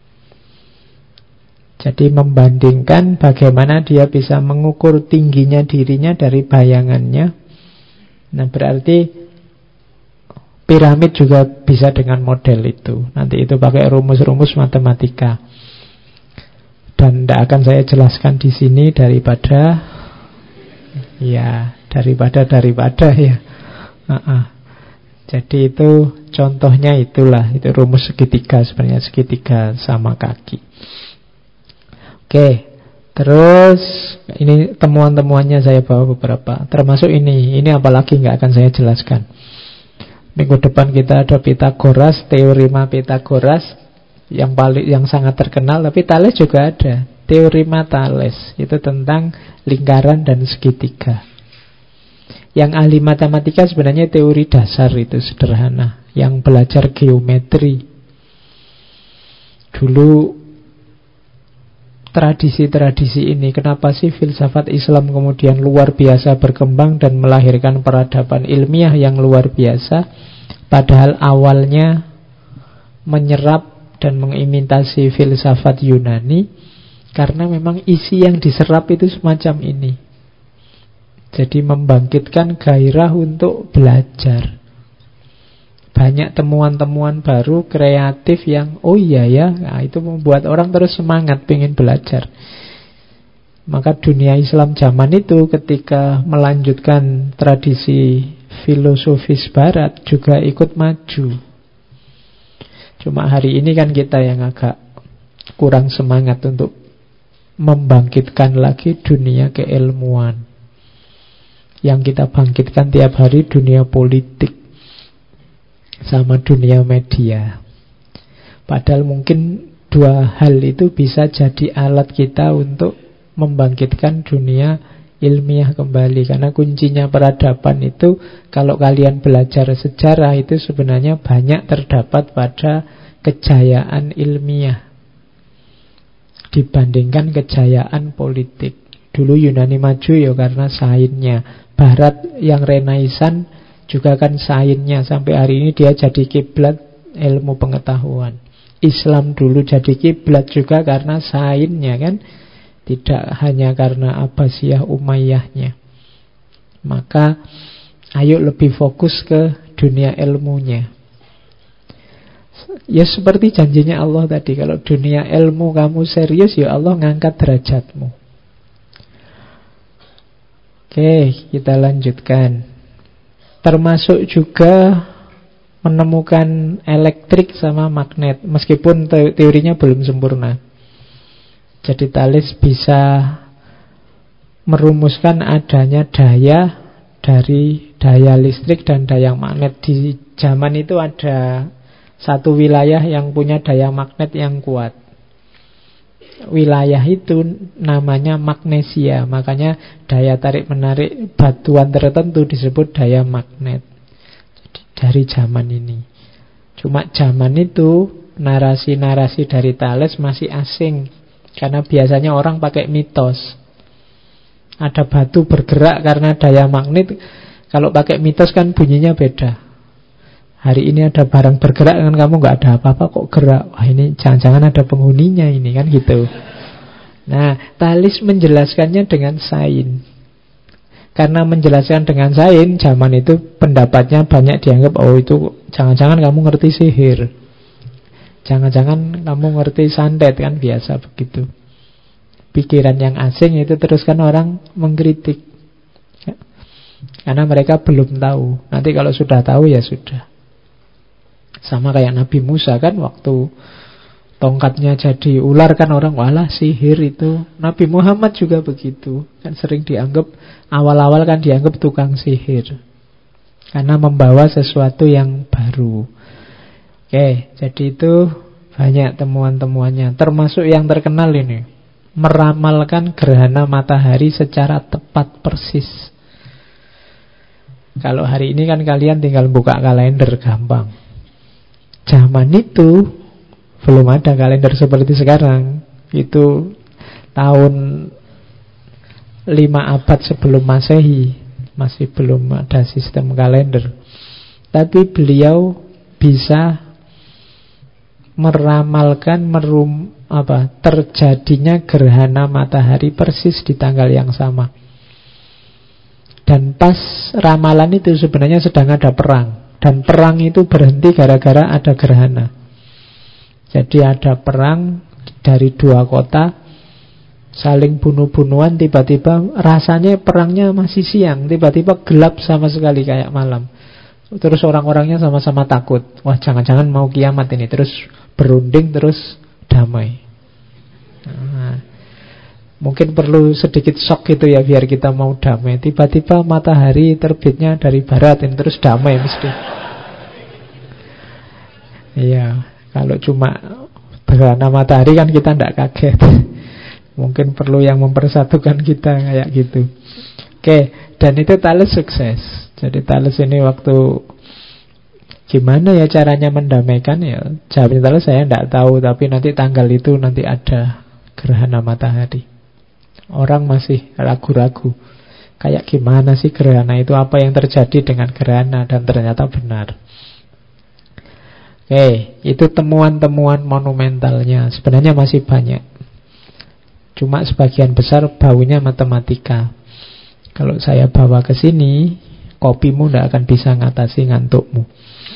Jadi membandingkan bagaimana dia bisa mengukur tingginya dirinya dari bayangannya. Nah, berarti piramid juga bisa dengan model itu. Nanti itu pakai rumus-rumus matematika. Dan tidak akan saya jelaskan di sini daripada ya. Jadi itu contohnya itulah. Itu rumus segitiga, sebenarnya segitiga sama kaki. Oke, terus ini temuan-temuannya saya bawa beberapa. Termasuk ini apalagi nggak akan saya jelaskan. Minggu depan kita ada Pythagoras, teorema Pythagoras yang sangat terkenal. Tapi Thales juga ada, teorema Thales. Itu tentang lingkaran dan segitiga. Yang ahli matematika sebenarnya teori dasar itu sederhana. Yang belajar geometri. Dulu tradisi-tradisi ini, kenapa sih filsafat Islam kemudian luar biasa berkembang dan melahirkan peradaban ilmiah yang luar biasa, padahal awalnya menyerap dan mengimitasi filsafat Yunani, karena memang isi yang diserap itu semacam ini. Jadi membangkitkan gairah untuk belajar. Banyak temuan-temuan baru, kreatif yang nah, itu membuat orang terus semangat pengen belajar. Maka dunia Islam zaman itu ketika melanjutkan tradisi filosofis barat juga ikut maju. Cuma hari ini kan kita yang agak kurang semangat untuk membangkitkan lagi dunia keilmuan. Yang kita bangkitkan tiap hari dunia politik sama dunia media. Padahal mungkin dua hal itu bisa jadi alat kita untuk membangkitkan dunia ilmiah kembali. Karena kuncinya peradaban itu, kalau kalian belajar sejarah itu sebenarnya banyak terdapat pada kejayaan ilmiah dibandingkan kejayaan politik. Dulu Yunani maju ya karena sainsnya. Barat yang Renaissance juga kan sainsnya. Sampai hari ini dia jadi kiblat ilmu pengetahuan. Islam dulu jadi kiblat juga karena sainsnya kan, tidak hanya karena Abbasiyah Umayyahnya. Maka ayo lebih fokus ke dunia ilmunya. Ya seperti janjinya Allah tadi, kalau dunia ilmu kamu serius, ya Allah ngangkat derajatmu. Oke, kita lanjutkan. Termasuk juga menemukan elektrik sama magnet, meskipun teorinya belum sempurna. Jadi Thales bisa merumuskan adanya daya dari daya listrik dan daya magnet. Di zaman itu ada satu wilayah yang punya daya magnet yang kuat. Wilayah itu namanya magnesia. Makanya daya tarik-menarik batuan tertentu disebut daya magnet. Jadi dari zaman ini. Cuma zaman itu narasi-narasi dari Thales masih asing, karena biasanya orang pakai mitos. Ada batu bergerak karena daya magnet. Kalau pakai mitos kan bunyinya beda. Hari ini ada barang bergerak kan, kamu gak ada apa-apa kok gerak. Wah, ini jangan-jangan ada penghuninya ini kan gitu. Nah, Thales menjelaskannya dengan sains. Karena menjelaskan dengan sains, zaman itu pendapatnya banyak dianggap, oh itu jangan-jangan kamu ngerti sihir, jangan-jangan kamu ngerti santet, kan biasa begitu. Pikiran yang asing itu terus kan orang mengkritik, karena mereka belum tahu. Nanti kalau sudah tahu ya sudah. Sama kayak Nabi Musa kan, waktu tongkatnya jadi ular kan orang, walah sihir itu. Nabi Muhammad juga begitu. Kan sering dianggap, awal-awal kan dianggap tukang sihir, karena membawa sesuatu yang baru. Oke, jadi itu banyak temuan-temuannya. Termasuk yang terkenal ini, meramalkan gerhana matahari secara tepat persis. Kalau hari ini kan kalian tinggal buka kalender gampang. Zaman itu belum ada kalender seperti sekarang. Itu tahun 5 abad sebelum Masehi, masih belum ada sistem kalender. Tapi beliau bisa meramalkan terjadinya gerhana matahari persis di tanggal yang sama. Dan pas ramalan itu sebenarnya sedang ada perang. Dan perang itu berhenti gara-gara ada gerhana. Jadi ada perang dari 2 kota, saling bunuh-bunuhan, tiba-tiba rasanya perangnya masih siang, tiba-tiba gelap sama sekali kayak malam. Terus orang-orangnya sama-sama takut. Wah, jangan-jangan mau kiamat ini. Terus berunding, terus damai. Nah, mungkin perlu sedikit shock gitu ya biar kita mau damai. Tiba-tiba matahari terbitnya dari barat ini, terus damai mesti. Iya, kalau cuma gerhana matahari kan kita tidak kaget. Mungkin perlu yang mempersatukan kita kayak gitu. Oke, dan itu Thales sukses. Jadi Thales ini waktu gimana ya caranya mendamaikan ya, jawabnya Thales saya tidak tahu, tapi nanti tanggal itu nanti ada gerhana matahari. Orang masih ragu-ragu. Kayak gimana sih gerhana itu, apa yang terjadi dengan gerhana, dan ternyata benar. Oke, itu temuan-temuan monumentalnya. Sebenarnya masih banyak. Cuma sebagian besar baunya matematika. Kalau saya bawa ke sini, kopimu tidak akan bisa ngatasi ngantukmu.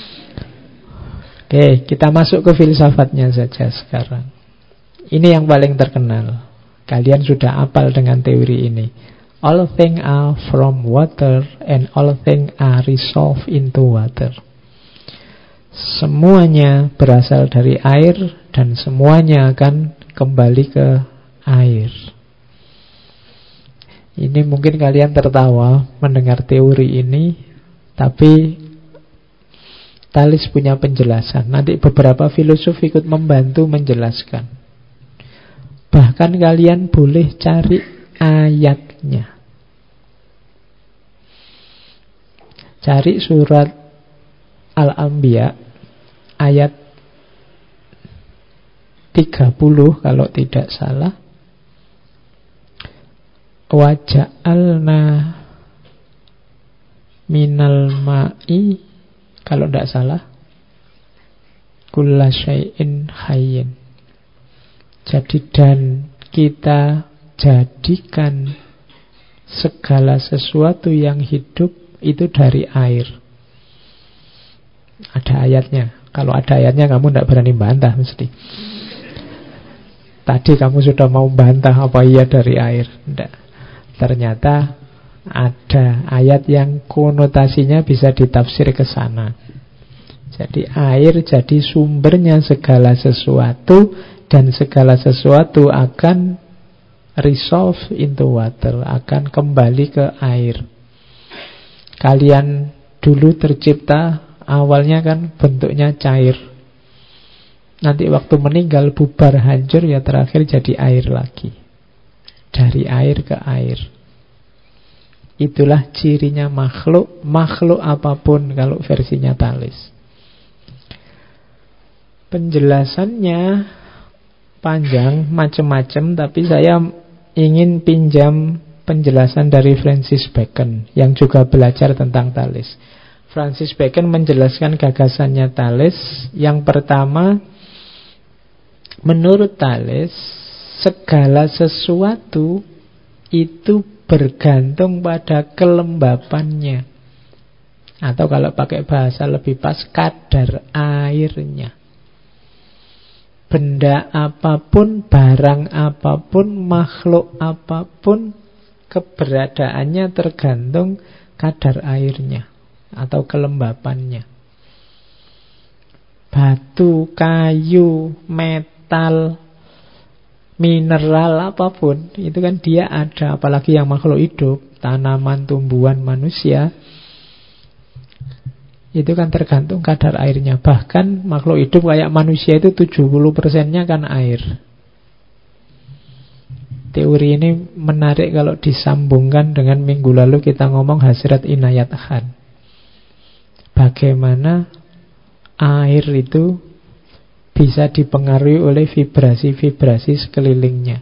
Oke, kita masuk ke filsafatnya saja sekarang. Ini yang paling terkenal. Kalian sudah hafal dengan teori ini. All things are from water and all things are resolved into water. Semuanya berasal dari air dan semuanya akan kembali ke air. Ini mungkin kalian tertawa mendengar teori ini, tapi Thales punya penjelasan. Nanti beberapa filosof ikut membantu menjelaskan. Bahkan kalian boleh cari ayatnya. Cari surat Al-Anbiya ayat 30 kalau tidak salah. Wa ja'alna minal ma'i, kalau tidak salah, kulla syai'in hayyin. Jadi dan kita jadikan segala sesuatu yang hidup itu dari air. Ada ayatnya. Kalau ada ayatnya kamu tidak berani bantah mesti. Tadi kamu sudah mau bantah apa iya dari air. Tidak. Ternyata ada ayat yang konotasinya bisa ditafsir ke sana. Jadi air jadi sumbernya segala sesuatu, dan segala sesuatu akan resolve into water, akan kembali ke air. Kalian dulu tercipta awalnya kan bentuknya cair. Nanti waktu meninggal bubar hancur, ya terakhir jadi air lagi. Dari air ke air. Itulah cirinya makhluk. Makhluk apapun kalau versinya Thales. Penjelasannya panjang, macam-macam, tapi saya ingin pinjam penjelasan dari Francis Bacon yang juga belajar tentang Thales. Francis Bacon menjelaskan gagasannya Thales. Yang pertama, menurut Thales, segala sesuatu itu bergantung pada kelembapannya. Atau kalau pakai bahasa lebih pas, kadar airnya. Benda apapun, barang apapun, makhluk apapun, keberadaannya tergantung kadar airnya atau kelembapannya. Batu, kayu, metal, mineral apapun, itu kan dia ada. Apalagi yang makhluk hidup, tanaman, tumbuhan, manusia, itu kan tergantung kadar airnya. Bahkan makhluk hidup kayak manusia itu 70%-nya kan air. Teori ini menarik kalau disambungkan dengan minggu lalu kita ngomong Hazrat Inayat Khan. Bagaimana air itu bisa dipengaruhi oleh vibrasi-vibrasi sekelilingnya.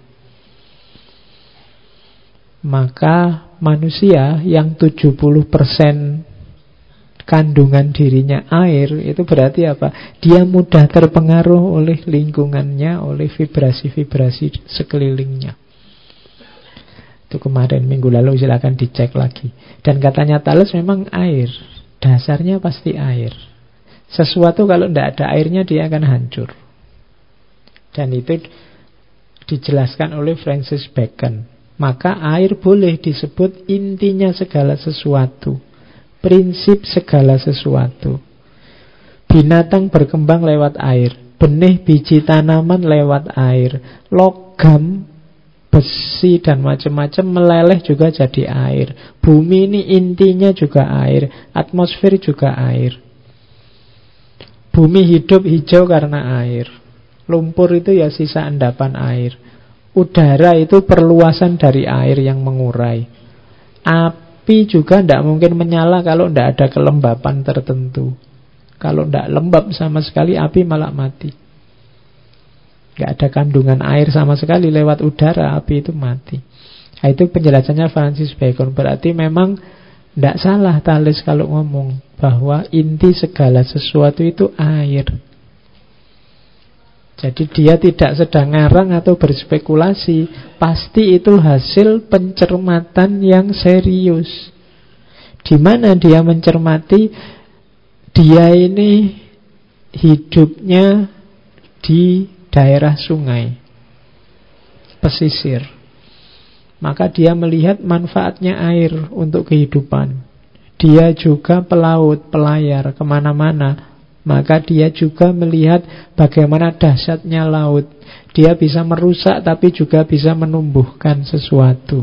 Maka manusia yang 70% kandungan dirinya air, itu berarti apa? Dia mudah terpengaruh oleh lingkungannya, oleh vibrasi-vibrasi sekelilingnya. Itu kemarin, minggu lalu, silakan dicek lagi. Dan katanya Thales memang air, dasarnya pasti air. Sesuatu kalau tidak ada airnya dia akan hancur. Dan itu dijelaskan oleh Francis Bacon. Maka air boleh disebut intinya segala sesuatu, prinsip segala sesuatu. Binatang berkembang lewat air, benih biji tanaman lewat air, logam, besi dan macam-macam meleleh juga jadi air. Bumi ini intinya juga air, atmosfer juga air. Bumi hidup hijau karena air. Lumpur itu ya sisa endapan air. Udara itu perluasan dari air yang mengurai. Api juga tidak mungkin menyala kalau tidak ada kelembapan tertentu. Kalau tidak lembab sama sekali, api malah mati. Tidak ada kandungan air sama sekali, lewat udara api itu mati. Nah, itu penjelasannya Francis Bacon. Berarti memang tidak salah Thales kalau ngomong bahwa inti segala sesuatu itu air. Jadi dia tidak sedang ngarang atau berspekulasi. Pasti itu hasil pencermatan yang serius. Di mana dia mencermati, dia ini hidupnya di daerah sungai, pesisir. Maka dia melihat manfaatnya air untuk kehidupan. Dia juga pelaut, pelayar kemana-mana. Maka dia juga melihat bagaimana dahsyatnya laut. Dia bisa merusak tapi juga bisa menumbuhkan sesuatu.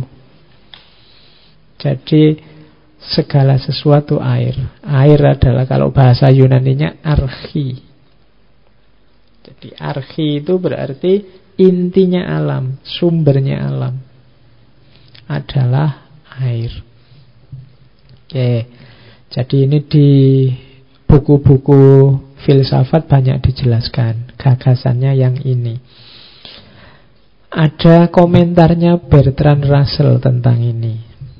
Jadi segala sesuatu air. Air adalah, kalau bahasa Yunaninya, archi. Jadi archi itu berarti intinya alam, sumbernya alam adalah air. Oke. Jadi ini di buku-buku filsafat banyak dijelaskan gagasannya yang ini. Ada komentarnya Bertrand Russell tentang ini.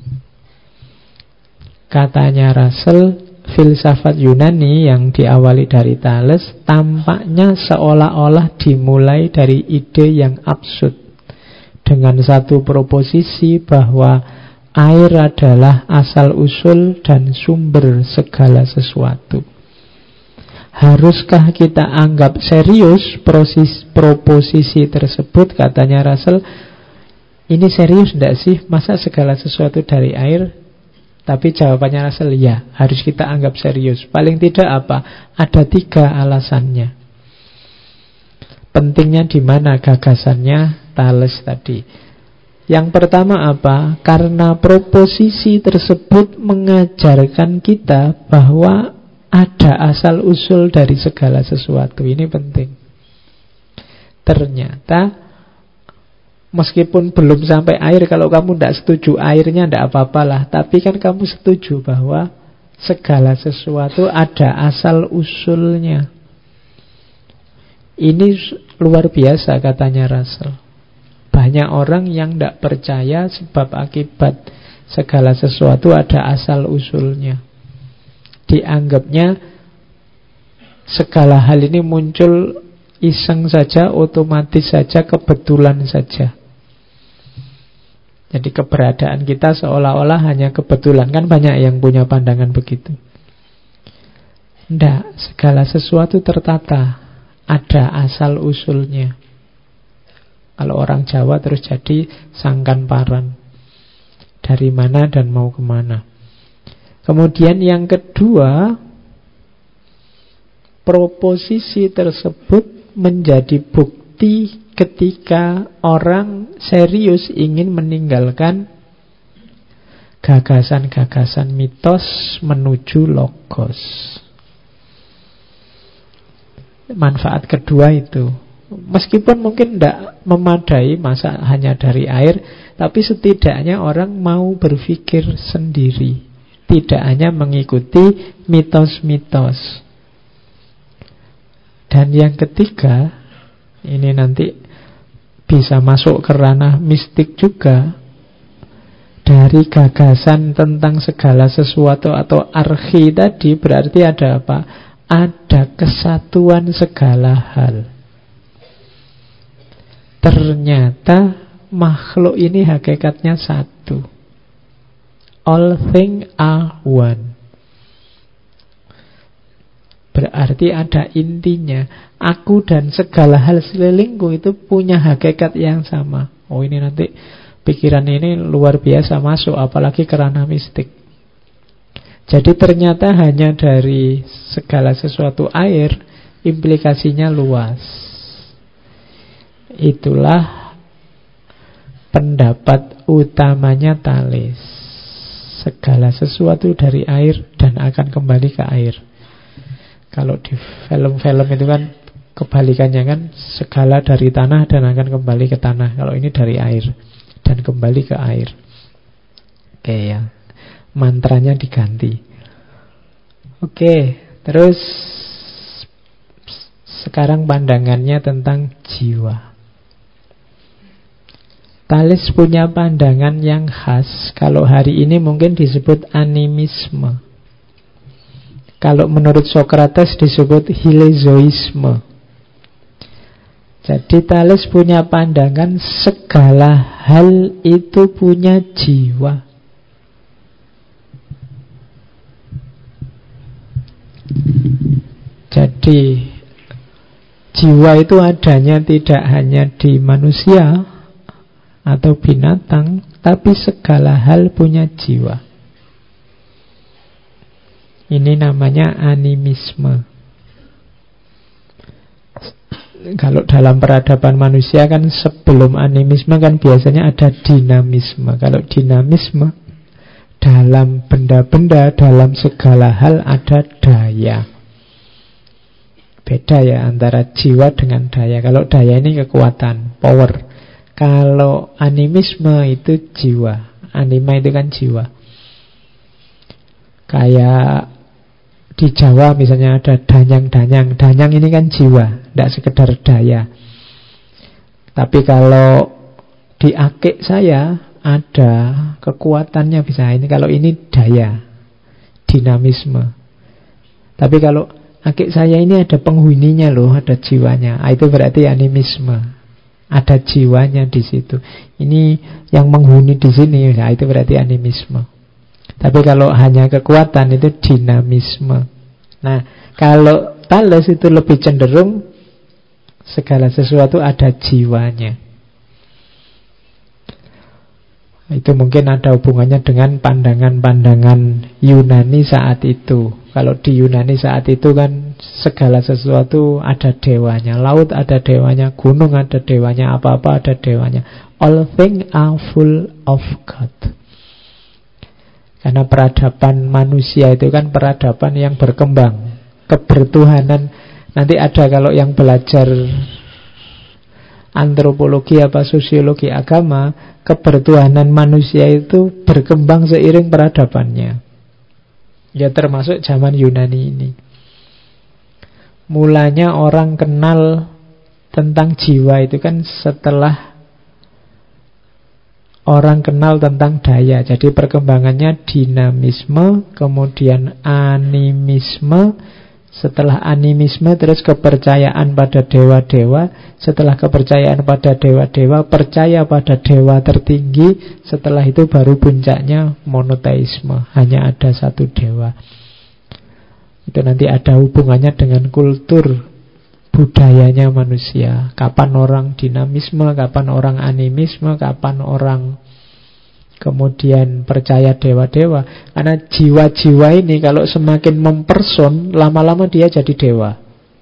Katanya Russell, filsafat Yunani yang diawali dari Thales tampaknya seolah-olah dimulai dari ide yang absurd, dengan satu proposisi bahwa air adalah asal-usul dan sumber segala sesuatu. Haruskah kita anggap serius proposisi tersebut? Katanya Russell, ini serius tidak sih? Masa segala sesuatu dari air? Tapi jawabannya Russell, ya, harus kita anggap serius. Paling tidak apa? Ada 3 alasannya. Pentingnya di mana gagasannya Thales tadi. Yang pertama apa? Karena proposisi tersebut mengajarkan kita bahwa ada asal-usul dari segala sesuatu. Ini penting. Ternyata meskipun belum sampai air, kalau kamu tidak setuju airnya tidak apa-apalah, tapi kan kamu setuju bahwa segala sesuatu ada asal-usulnya. Ini luar biasa katanya Russell. Banyak orang yang tidak percaya sebab akibat segala sesuatu ada asal-usulnya. Dianggapnya segala hal ini muncul iseng saja, otomatis saja, kebetulan saja. Jadi keberadaan kita seolah-olah hanya kebetulan. Kan banyak yang punya pandangan begitu. Tidak, segala sesuatu tertata, ada asal-usulnya. Kalau orang Jawa terus jadi sangkan paran, dari mana dan mau kemana. Kemudian yang kedua, proposisi tersebut menjadi bukti ketika orang serius ingin meninggalkan gagasan-gagasan mitos menuju logos. Manfaat kedua itu, meskipun mungkin tidak memadai masa hanya dari air, tapi setidaknya orang mau berpikir sendiri, tidak hanya mengikuti mitos-mitos. Dan yang ketiga, ini nanti bisa masuk ke ranah mistik juga. Dari gagasan tentang segala sesuatu atau archi tadi, berarti ada apa? Ada kesatuan segala hal. Ternyata makhluk ini hakikatnya satu. All things are one. Berarti ada intinya. Aku dan segala hal sekelilingku itu punya hakikat yang sama. Oh, ini nanti pikiran ini luar biasa masuk, apalagi ke ranah mistik. Jadi ternyata hanya dari segala sesuatu air, implikasinya luas. Itulah pendapat utamanya Thales. Segala sesuatu dari air dan akan kembali ke air. Kalau di film-film itu kan kebalikannya kan, segala dari tanah dan akan kembali ke tanah. Kalau ini dari air dan kembali ke air. Oke ya, mantranya diganti. Oke, terus sekarang pandangannya tentang jiwa. Thales punya pandangan yang khas. Kalau hari ini mungkin disebut animisme. Kalau menurut Socrates disebut hilezoisme. Jadi Thales punya pandangan segala hal itu punya jiwa. Jadi jiwa itu adanya tidak hanya di manusia atau binatang, tapi segala hal punya jiwa. Ini namanya animisme. Kalau dalam peradaban manusia kan sebelum animisme kan biasanya ada dinamisme. Kalau dinamisme, dalam benda-benda, dalam segala hal ada daya. Beda ya antara jiwa dengan daya. Kalau daya ini kekuatan, power. Kalau animisme itu jiwa. Anima itu kan jiwa. Kayak di Jawa misalnya ada danyang-danyang. Danyang ini kan jiwa, tidak sekedar daya. Tapi kalau di akik saya ada kekuatannya bisa. Ini kalau ini daya, dinamisme. Tapi kalau akik saya ini ada penghuninya loh, ada jiwanya. Itu berarti animisme. Ada jiwanya di situ. Ini yang menghuni di sini, nah itu berarti animisme. Tapi kalau hanya kekuatan itu dinamisme. Nah, kalau Thales itu lebih cenderung segala sesuatu ada jiwanya. Itu mungkin ada hubungannya dengan pandangan-pandangan Yunani saat itu. Kalau di Yunani saat itu kan segala sesuatu ada dewanya. Laut ada dewanya, gunung ada dewanya, apa-apa ada dewanya. All things are full of God. Karena peradaban manusia itu kan peradaban yang berkembang. Kebertuhanan. Nanti ada kalau yang belajar antropologi apa sosiologi agama, kebertuhanan manusia itu berkembang seiring peradabannya. Ya termasuk zaman Yunani ini. Mulanya orang kenal tentang jiwa itu kan setelah orang kenal tentang daya. Jadi perkembangannya dinamisme, kemudian animisme, setelah animisme terus kepercayaan pada dewa-dewa, setelah kepercayaan pada dewa-dewa percaya pada dewa tertinggi, setelah itu baru puncaknya monoteisme, hanya ada satu dewa. Itu nanti ada hubungannya dengan kultur budayanya manusia. Kapan orang dinamisme, kapan orang animisme, kapan orang kemudian percaya dewa-dewa. Karena jiwa-jiwa ini kalau semakin memperson, lama-lama dia jadi dewa.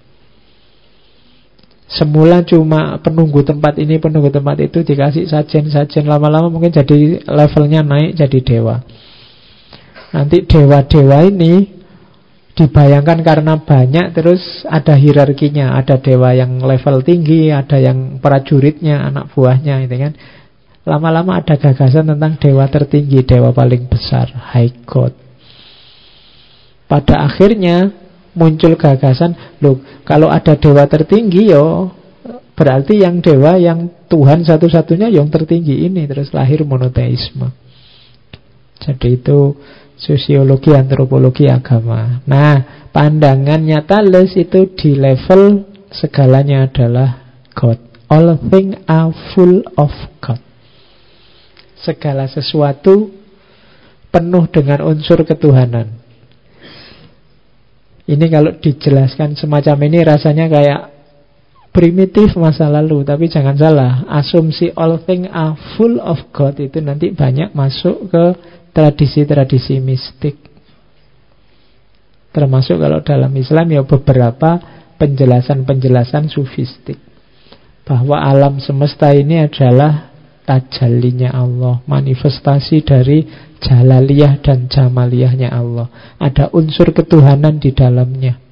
Semula cuma penunggu tempat ini, penunggu tempat itu, dikasih sajen-sajen, lama-lama mungkin jadi levelnya naik jadi dewa. Nanti dewa-dewa ini dibayangkan karena banyak, terus ada hierarkinya. Ada dewa yang level tinggi, ada yang prajuritnya, anak buahnya, gitu kan. Lama-lama ada gagasan tentang dewa tertinggi, dewa paling besar, high god. Pada akhirnya muncul gagasan, loh kalau ada dewa tertinggi yo berarti yang dewa, yang Tuhan satu-satunya yang tertinggi ini. Terus lahir monoteisme. Jadi itu sosiologi, antropologi, agama. Nah, pandangannya Thales itu di level segalanya adalah God. All things are full of God. Segala sesuatu penuh dengan unsur ketuhanan. Ini kalau dijelaskan semacam ini rasanya kayak primitif masa lalu. Tapi jangan salah, asumsi all things are full of God itu nanti banyak masuk ke tradisi-tradisi mistik. Termasuk kalau dalam Islam ya beberapa penjelasan-penjelasan sufistik, bahwa alam semesta ini adalah tajallinya Allah, manifestasi dari jalaliyah dan jamaliyahnya Allah. Ada unsur ketuhanan di dalamnya.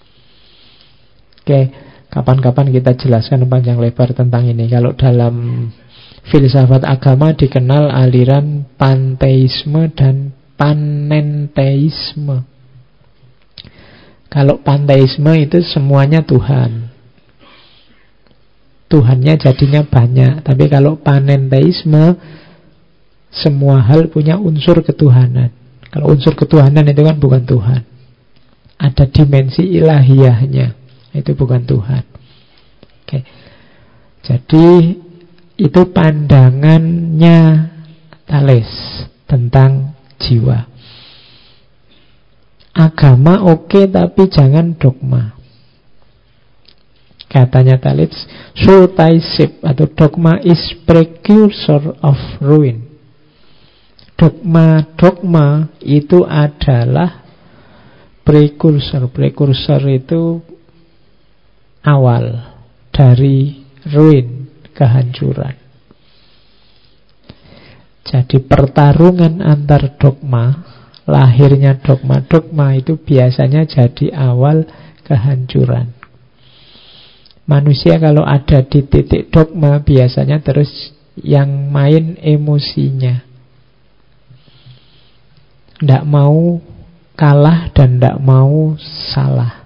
Oke, kapan-kapan kita jelaskan panjang lebar tentang ini. Kalau dalam filsafat agama dikenal aliran panteisme dan panenteisme. Kalau panteisme itu semuanya Tuhan, Tuhannya jadinya banyak. Tapi kalau panenteisme, semua hal punya unsur ketuhanan. Kalau unsur ketuhanan itu kan bukan Tuhan, ada dimensi ilahiyahnya, itu bukan Tuhan. Oke. Jadi itu pandangannya Thales tentang jiwa. Agama oke, tapi jangan dogma. Katanya Thales, Sultaism atau dogma is precursor of ruin. Dogma itu adalah precursor. Precursor itu awal dari ruin, kehancuran. Jadi pertarungan antar dogma, lahirnya dogma itu biasanya jadi awal kehancuran. Manusia kalau ada di titik dogma biasanya terus yang main emosinya. Tidak mau kalah dan tidak mau salah.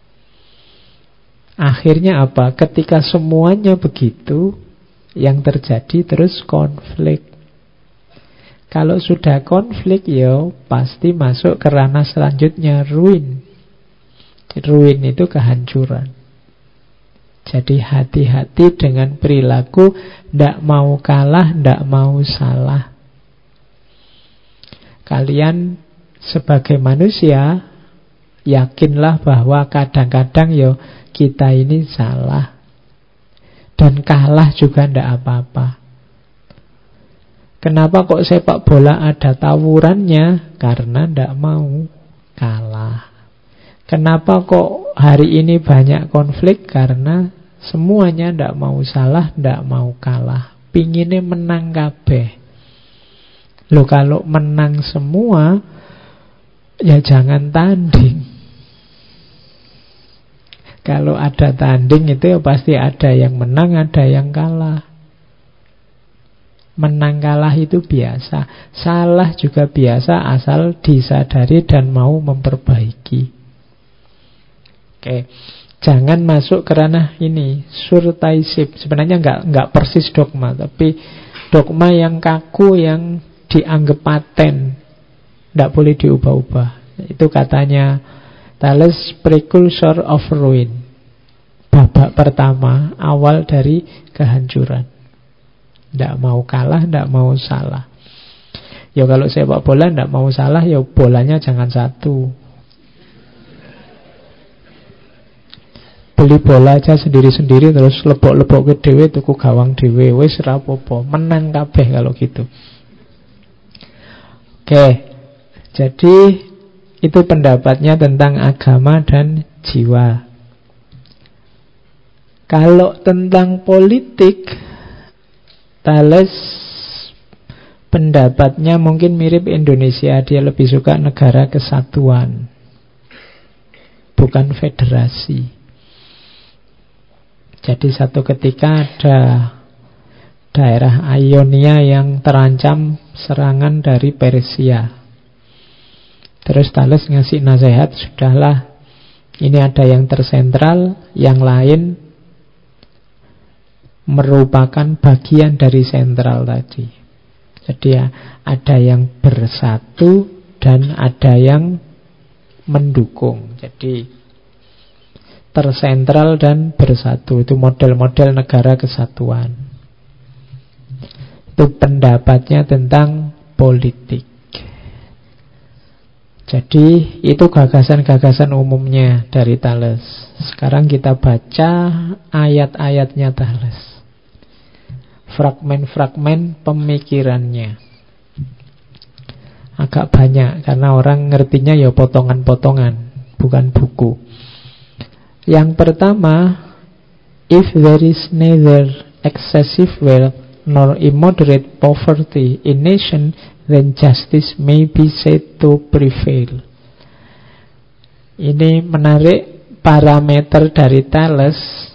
Akhirnya apa? Ketika semuanya begitu, yang terjadi terus konflik. Kalau sudah konflik, ya pasti masuk ke ranah selanjutnya, ruin. Ruin itu kehancuran. Jadi hati-hati dengan perilaku tidak mau kalah, tidak mau salah. Kalian sebagai manusia yakinlah bahwa kadang-kadang ya kita ini salah, dan kalah juga tidak apa-apa. Kenapa kok sepak bola ada tawurannya? Karena tidak mau kalah. Kenapa kok hari ini banyak konflik? Karena semuanya tidak mau salah, tidak mau kalah. Pinginnya menang kabeh. Loh, kalau menang semua, ya jangan tanding. Kalau ada tanding itu ya pasti ada yang menang, ada yang kalah. Menang kalah itu biasa. Salah juga biasa asal disadari dan mau memperbaiki. Oke. Jangan masuk ke ranah ini, surtaisip. Sebenarnya enggak persis dogma, tapi dogma yang kaku, yang dianggap paten, tidak boleh diubah-ubah. Itu katanya Thales, precursor of ruin. Babak pertama, awal dari kehancuran. Tidak mau kalah, tidak mau salah. Ya kalau sepak bola tidak mau salah, ya bolanya jangan satu. Beli bola aja sendiri-sendiri, terus lebok-lebok ke dewe, tuku gawang dewe, wis rapopo, menang kabeh kalau gitu. Oke, jadi itu pendapatnya tentang agama dan jiwa. Kalau tentang politik, Thales pendapatnya mungkin mirip Indonesia. Dia lebih suka negara kesatuan, bukan federasi. Jadi satu ketika ada daerah Ionia yang terancam serangan dari Persia. Terus Thales ngasih nasihat, sudahlah, Ini ada yang tersentral, yang lain merupakan bagian dari sentral tadi. Jadi ya, ada yang bersatu dan ada yang mendukung. Jadi tersentral dan bersatu, itu model-model negara kesatuan. Itu pendapatnya tentang politik. Jadi itu gagasan-gagasan umumnya dari Thales. Sekarang kita baca ayat-ayatnya Thales, fragmen-fragmen pemikirannya. Agak banyak karena orang ngertinya ya potongan-potongan, bukan buku. Yang pertama, if there is neither excessive wealth nor immoderate poverty in nation, then justice may be said to prevail. Ini menarik parameter dari Thales.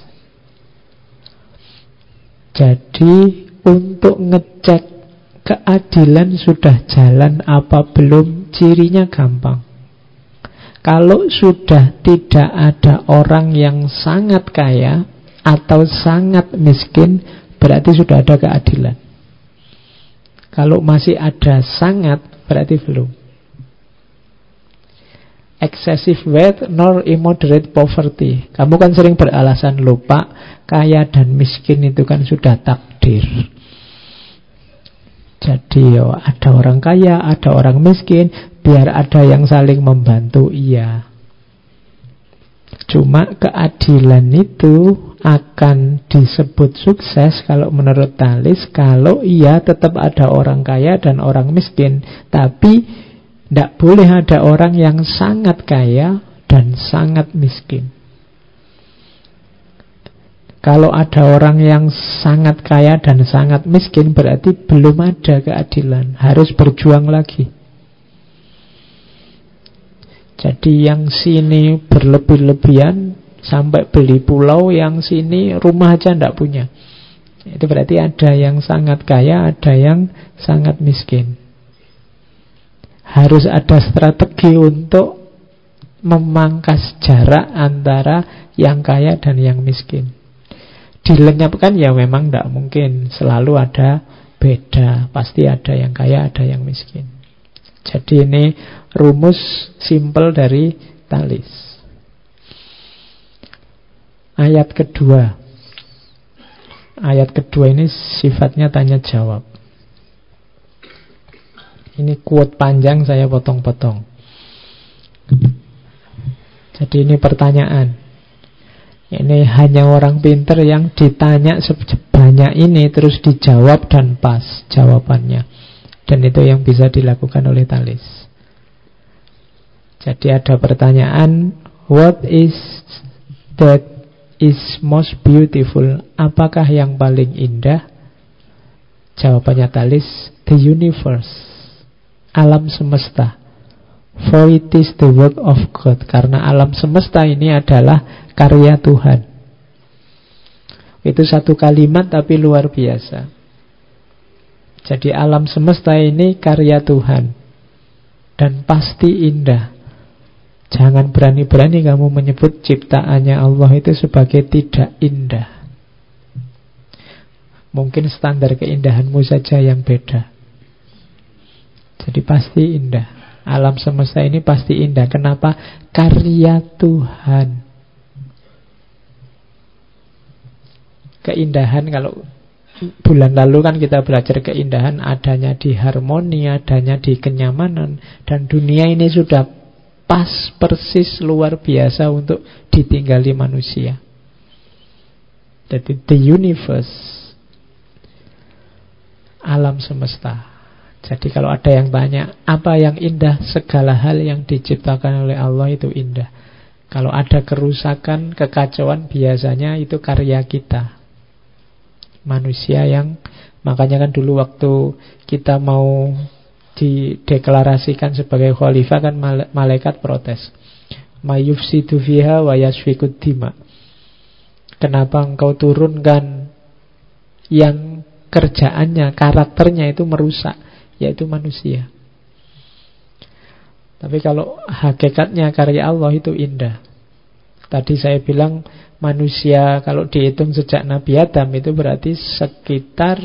Jadi untuk ngecek keadilan sudah jalan apa belum, cirinya gampang. Kalau sudah tidak ada orang yang sangat kaya atau sangat miskin, berarti sudah ada keadilan. Kalau masih ada sangat, berarti belum. Excessive wealth nor immoderate poverty. Kamu kan sering beralasan, lupa kaya dan miskin itu kan sudah takdir. Jadi ada orang kaya, ada orang miskin, biar ada yang saling membantu, iya. Cuma keadilan itu akan disebut sukses kalau menurut Thales kalau iya tetap ada orang kaya dan orang miskin. Tapi tidak boleh ada orang yang sangat kaya dan sangat miskin. Kalau ada orang yang sangat kaya dan sangat miskin, berarti belum ada keadilan. Harus berjuang lagi. Jadi yang sini berlebih-lebihan sampai beli pulau, yang sini rumah aja tidak punya. Itu berarti ada yang sangat kaya, ada yang sangat miskin. Harus ada strategi untuk memangkas jarak antara yang kaya dan yang miskin. Dilenyapkan ya memang tidak mungkin, selalu ada beda. Pasti ada yang kaya, ada yang miskin. Jadi ini rumus simpel dari Thales. Ayat kedua. Ayat kedua ini sifatnya tanya jawab. Ini quote panjang, saya potong-potong. Jadi ini pertanyaan. Ini hanya orang pintar yang ditanya sebanyak ini terus dijawab dan pas jawabannya. Dan itu yang bisa dilakukan oleh Thales. Jadi ada pertanyaan, what is that is most beautiful? Apakah yang paling indah? Jawabannya Thales, the universe, alam semesta. For it is the work of God. Karena alam semesta ini adalah karya Tuhan. Itu satu kalimat tapi luar biasa. Jadi alam semesta ini karya Tuhan dan pasti indah. Jangan berani-berani kamu menyebut ciptaannya Allah itu sebagai tidak indah. Mungkin standar keindahanmu saja yang beda. Jadi pasti indah. Alam semesta ini pasti indah. Kenapa? Karya Tuhan. Keindahan, kalau bulan lalu kan kita belajar keindahan adanya di harmoni, adanya di kenyamanan. Dan dunia ini sudah pas persis luar biasa untuk ditinggali manusia. Jadi the universe, alam semesta. Jadi kalau ada yang tanya apa yang indah, segala hal yang diciptakan oleh Allah itu indah. Kalau ada kerusakan, kekacauan, biasanya itu karya kita, manusia yang, makanya kan dulu waktu kita mau dideklarasikan sebagai khalifah kan malaikat protes. Mayufsidu fiha wa yasfikud dima. Kenapa engkau turunkan yang kerjaannya, karakternya itu merusak, yaitu manusia. Tapi kalau hakikatnya karya Allah itu indah. Tadi saya bilang manusia kalau dihitung sejak Nabi Adam itu berarti sekitar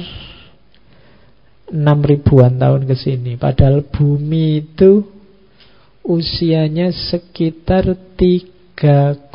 6.000-an tahun ke sini. Padahal bumi itu usianya sekitar 3,4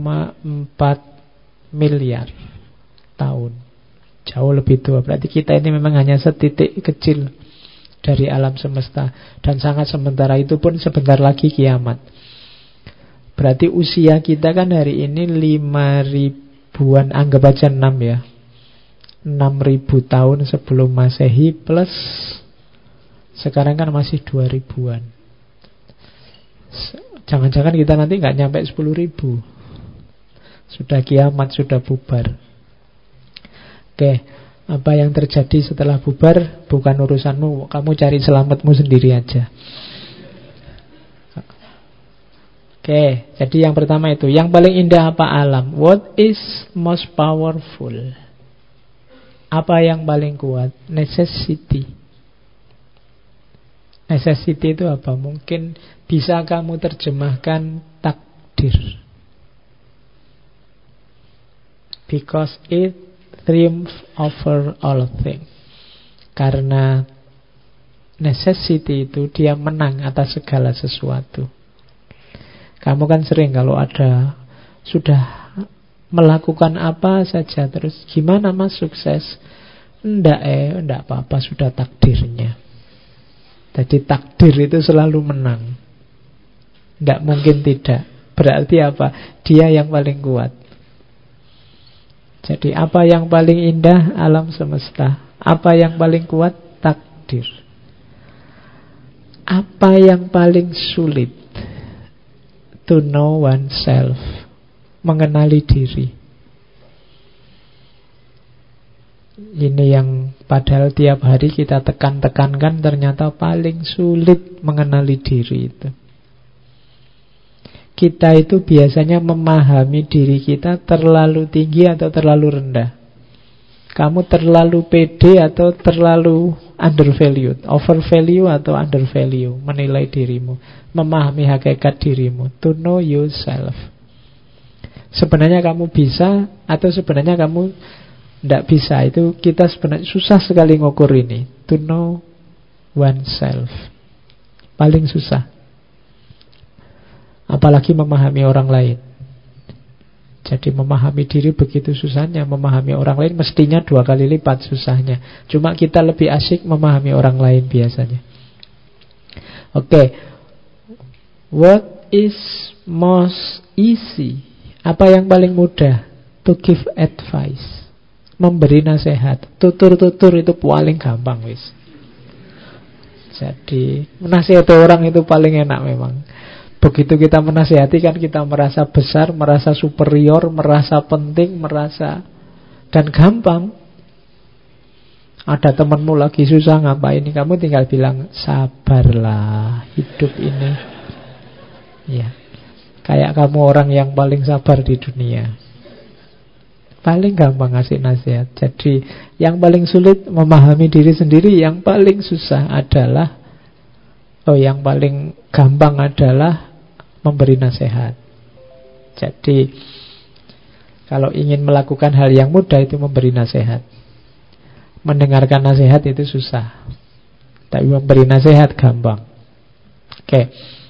miliar tahun. Jauh lebih tua. Berarti kita ini memang hanya setitik kecil dari alam semesta. Dan sangat sementara, itu pun sebentar lagi kiamat. Berarti usia kita kan hari ini 5.000-an, anggap aja 6 ya. 6.000 tahun sebelum Masehi plus sekarang kan masih 2.000-an. Jangan-jangan kita nanti nggak nyampe 10.000. Sudah kiamat, sudah bubar. Oke, apa yang terjadi setelah bubar bukan urusanmu, kamu cari selamatmu sendiri aja. Oke, jadi yang pertama itu, yang paling indah apa alam? What is most powerful? Apa yang paling kuat? Necessity. Necessity itu apa? Mungkin bisa kamu terjemahkan takdir. Because it triumphs over all things. Karena necessity itu dia menang atas segala sesuatu. Kamu kan sering kalau ada sudah melakukan apa saja terus gimana mas sukses? Enggak apa-apa, sudah takdirnya. Jadi takdir itu selalu menang. Enggak mungkin tidak. Berarti apa? Dia yang paling kuat. Jadi apa yang paling indah? Alam semesta. Apa yang paling kuat? Takdir. Apa yang paling sulit? To know oneself. Mengenali diri. Ini yang padahal tiap hari kita tekan-tekankan, ternyata paling sulit mengenali diri itu. Kita itu biasanya memahami diri kita terlalu tinggi atau terlalu rendah. Kamu terlalu pede atau terlalu undervalued, overvalue atau undervalue, menilai dirimu, memahami hakikat dirimu, to know yourself. Sebenarnya kamu bisa atau sebenarnya kamu tidak bisa. Itu kita sebenarnya susah sekali ngukur ini. To know oneself. Paling susah. Apalagi memahami orang lain. Jadi memahami diri begitu susahnya. Memahami orang lain mestinya 2 kali lipat susahnya. Cuma kita lebih asyik memahami orang lain biasanya. Oke. What is most easy? Apa yang paling mudah? To give advice. Memberi nasihat. Tutur-tutur itu paling gampang wis. Jadi menasihati orang itu paling enak memang. Begitu kita menasihati kan kita merasa besar, merasa superior, merasa penting, merasa dan gampang. Ada temanmu lagi susah ngapain, kamu tinggal bilang sabarlah, hidup ini. Ya. Kayak kamu orang yang paling sabar di dunia. Paling gampang ngasih nasihat. Jadi yang paling sulit memahami diri sendiri, yang paling susah adalah yang paling gampang adalah memberi nasihat. Jadi kalau ingin melakukan hal yang mudah itu memberi nasihat. Mendengarkan nasihat itu susah. Tapi memberi nasihat gampang. Oke.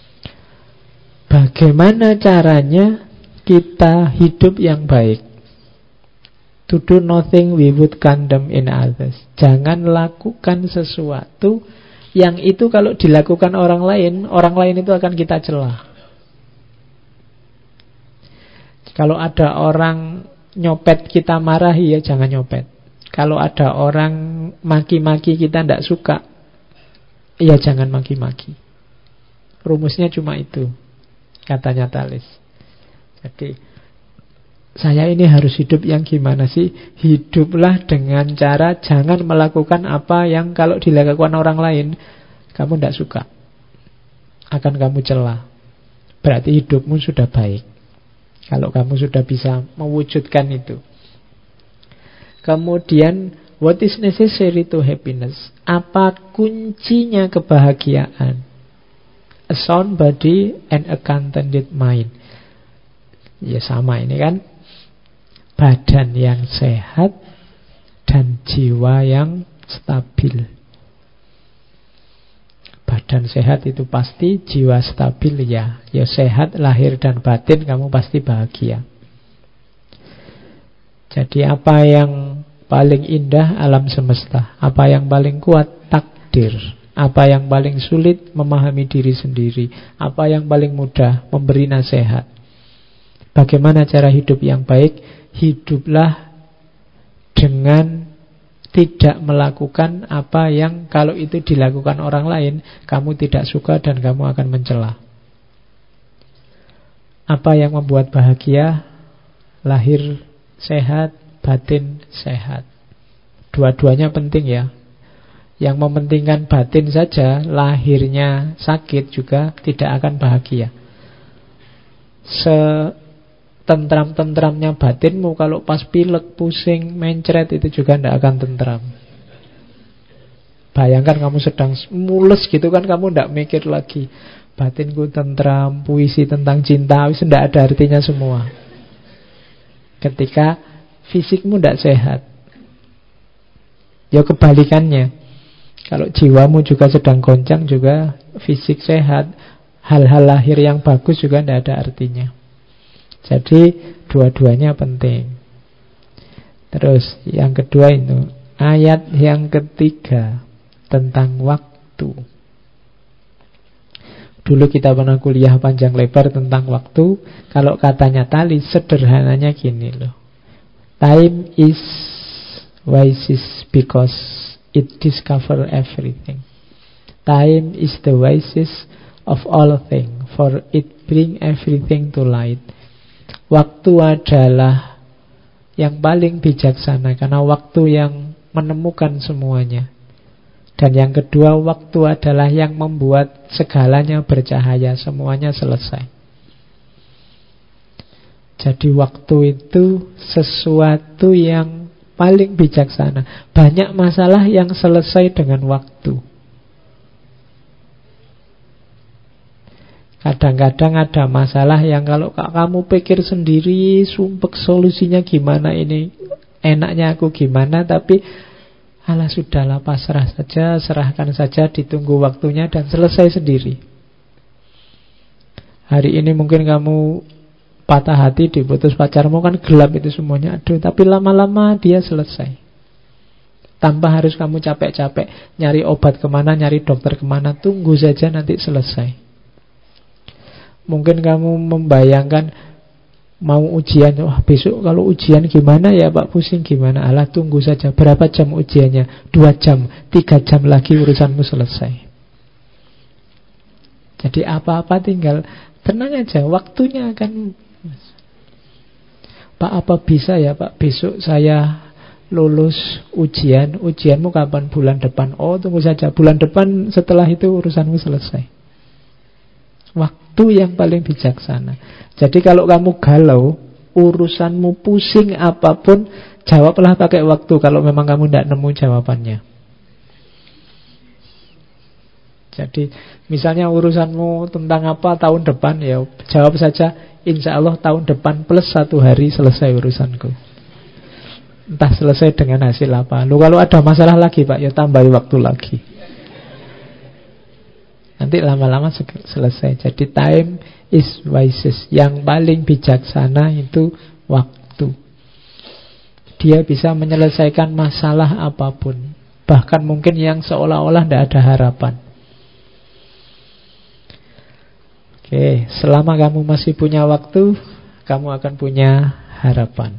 Bagaimana caranya kita hidup yang baik? To do nothing we would condemn in others. Jangan lakukan sesuatu yang itu kalau dilakukan orang lain itu akan kita celah. Kalau ada orang nyopet kita marahi, ya jangan nyopet. Kalau ada orang maki-maki kita tidak suka, ya jangan maki-maki. Rumusnya cuma itu, katanya Thales. Jadi saya ini harus hidup yang gimana sih? Hiduplah dengan cara jangan melakukan apa yang kalau dilakukan orang lain kamu tidak suka, akan kamu celah. Berarti hidupmu sudah baik kalau kamu sudah bisa mewujudkan itu. Kemudian, what is necessary to happiness? Apa kuncinya kebahagiaan? A sound body and a contented mind. Ya sama ini kan, badan yang sehat dan jiwa yang stabil. Badan sehat itu pasti, jiwa stabil ya. Ya sehat lahir dan batin, kamu pasti bahagia. Jadi apa yang paling indah? Alam semesta. Apa yang paling kuat? Takdir. Apa yang paling sulit? Memahami diri sendiri. Apa yang paling mudah? Memberi nasihat. Bagaimana cara hidup yang baik? Hiduplah dengan tidak melakukan apa yang kalau itu dilakukan orang lain, kamu tidak suka dan kamu akan mencela. Apa yang membuat bahagia? Lahir sehat, batin sehat. Dua-duanya penting ya. Yang mementingkan batin saja, lahirnya sakit juga tidak akan bahagia. Tentram-tentramnya batinmu, kalau pas pilek, pusing, mencret, itu juga tidak akan tentram. Bayangkan kamu sedang mules gitu kan, kamu tidak mikir lagi. Batinku tentram, puisi tentang cinta, tidak ada artinya semua. Ketika fisikmu tidak sehat. Ya kebalikannya, kalau jiwamu juga sedang goncang, juga fisik sehat, hal-hal lahir yang bagus juga tidak ada artinya. Jadi dua-duanya penting. Terus yang kedua itu, ayat yang ketiga tentang waktu. Dulu kita pernah kuliah panjang lebar tentang waktu. Kalau katanya Tali, sederhananya gini loh. Time is wisest because it discover everything. Time is the wisest of all things, for it bring everything to light. Waktu adalah yang paling bijaksana, karena waktu yang menemukan semuanya. Dan yang kedua, waktu adalah yang membuat segalanya bercahaya, semuanya selesai. Jadi waktu itu sesuatu yang paling bijaksana. Banyak masalah yang selesai dengan waktu. Kadang-kadang ada masalah yang kalau kamu pikir sendiri, sumpek solusinya gimana ini, enaknya aku gimana, tapi alah sudahlah, pasrah saja, serahkan saja, ditunggu waktunya dan selesai sendiri. Hari ini mungkin kamu patah hati, diputus pacarmu, kan gelap itu semuanya, aduh, tapi lama-lama dia selesai. Tanpa harus kamu capek-capek nyari obat kemana, nyari dokter kemana, tunggu saja nanti selesai. Mungkin kamu membayangkan mau ujian, wah besok kalau ujian gimana ya Pak, pusing gimana, alah tunggu saja. Berapa jam ujiannya? 2 jam, 3 jam lagi urusanmu selesai. Jadi apa-apa tinggal tenang aja, waktunya akan. Pak, apa bisa ya Pak, besok saya lulus ujian. Ujianmu kapan? Bulan depan. Oh tunggu saja, bulan depan, setelah itu urusanmu selesai. Waktu yang paling bijaksana. Jadi kalau kamu galau, urusanmu pusing apapun, jawablah pakai waktu kalau memang kamu tidak nemu jawabannya. Jadi misalnya urusanmu tentang apa tahun depan, ya jawab saja, insya Allah tahun depan plus 1 hari selesai urusanku. Entah selesai dengan hasil apa. Lalu kalau ada masalah lagi Pak, ya tambahi waktu lagi. Nanti lama-lama selesai. Jadi time is wisest. Yang paling bijaksana itu waktu. Dia bisa menyelesaikan masalah apapun. Bahkan mungkin yang seolah-olah tidak ada harapan. Oke, selama kamu masih punya waktu, kamu akan punya harapan.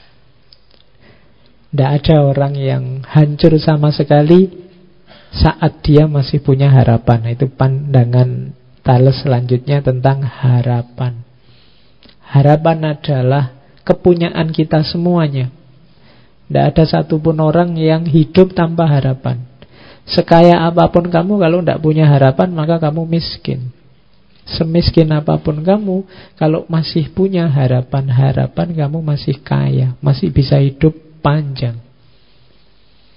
Tidak ada orang yang hancur sama sekali saat dia masih punya harapan. Itu pandangan Thales selanjutnya tentang harapan. Harapan adalah kepunyaan kita semuanya. Tidak ada satupun orang yang hidup tanpa harapan. Sekaya apapun kamu, kalau tidak punya harapan, maka kamu miskin. Semiskin apapun kamu, kalau masih punya harapan, kamu masih kaya, masih bisa hidup panjang.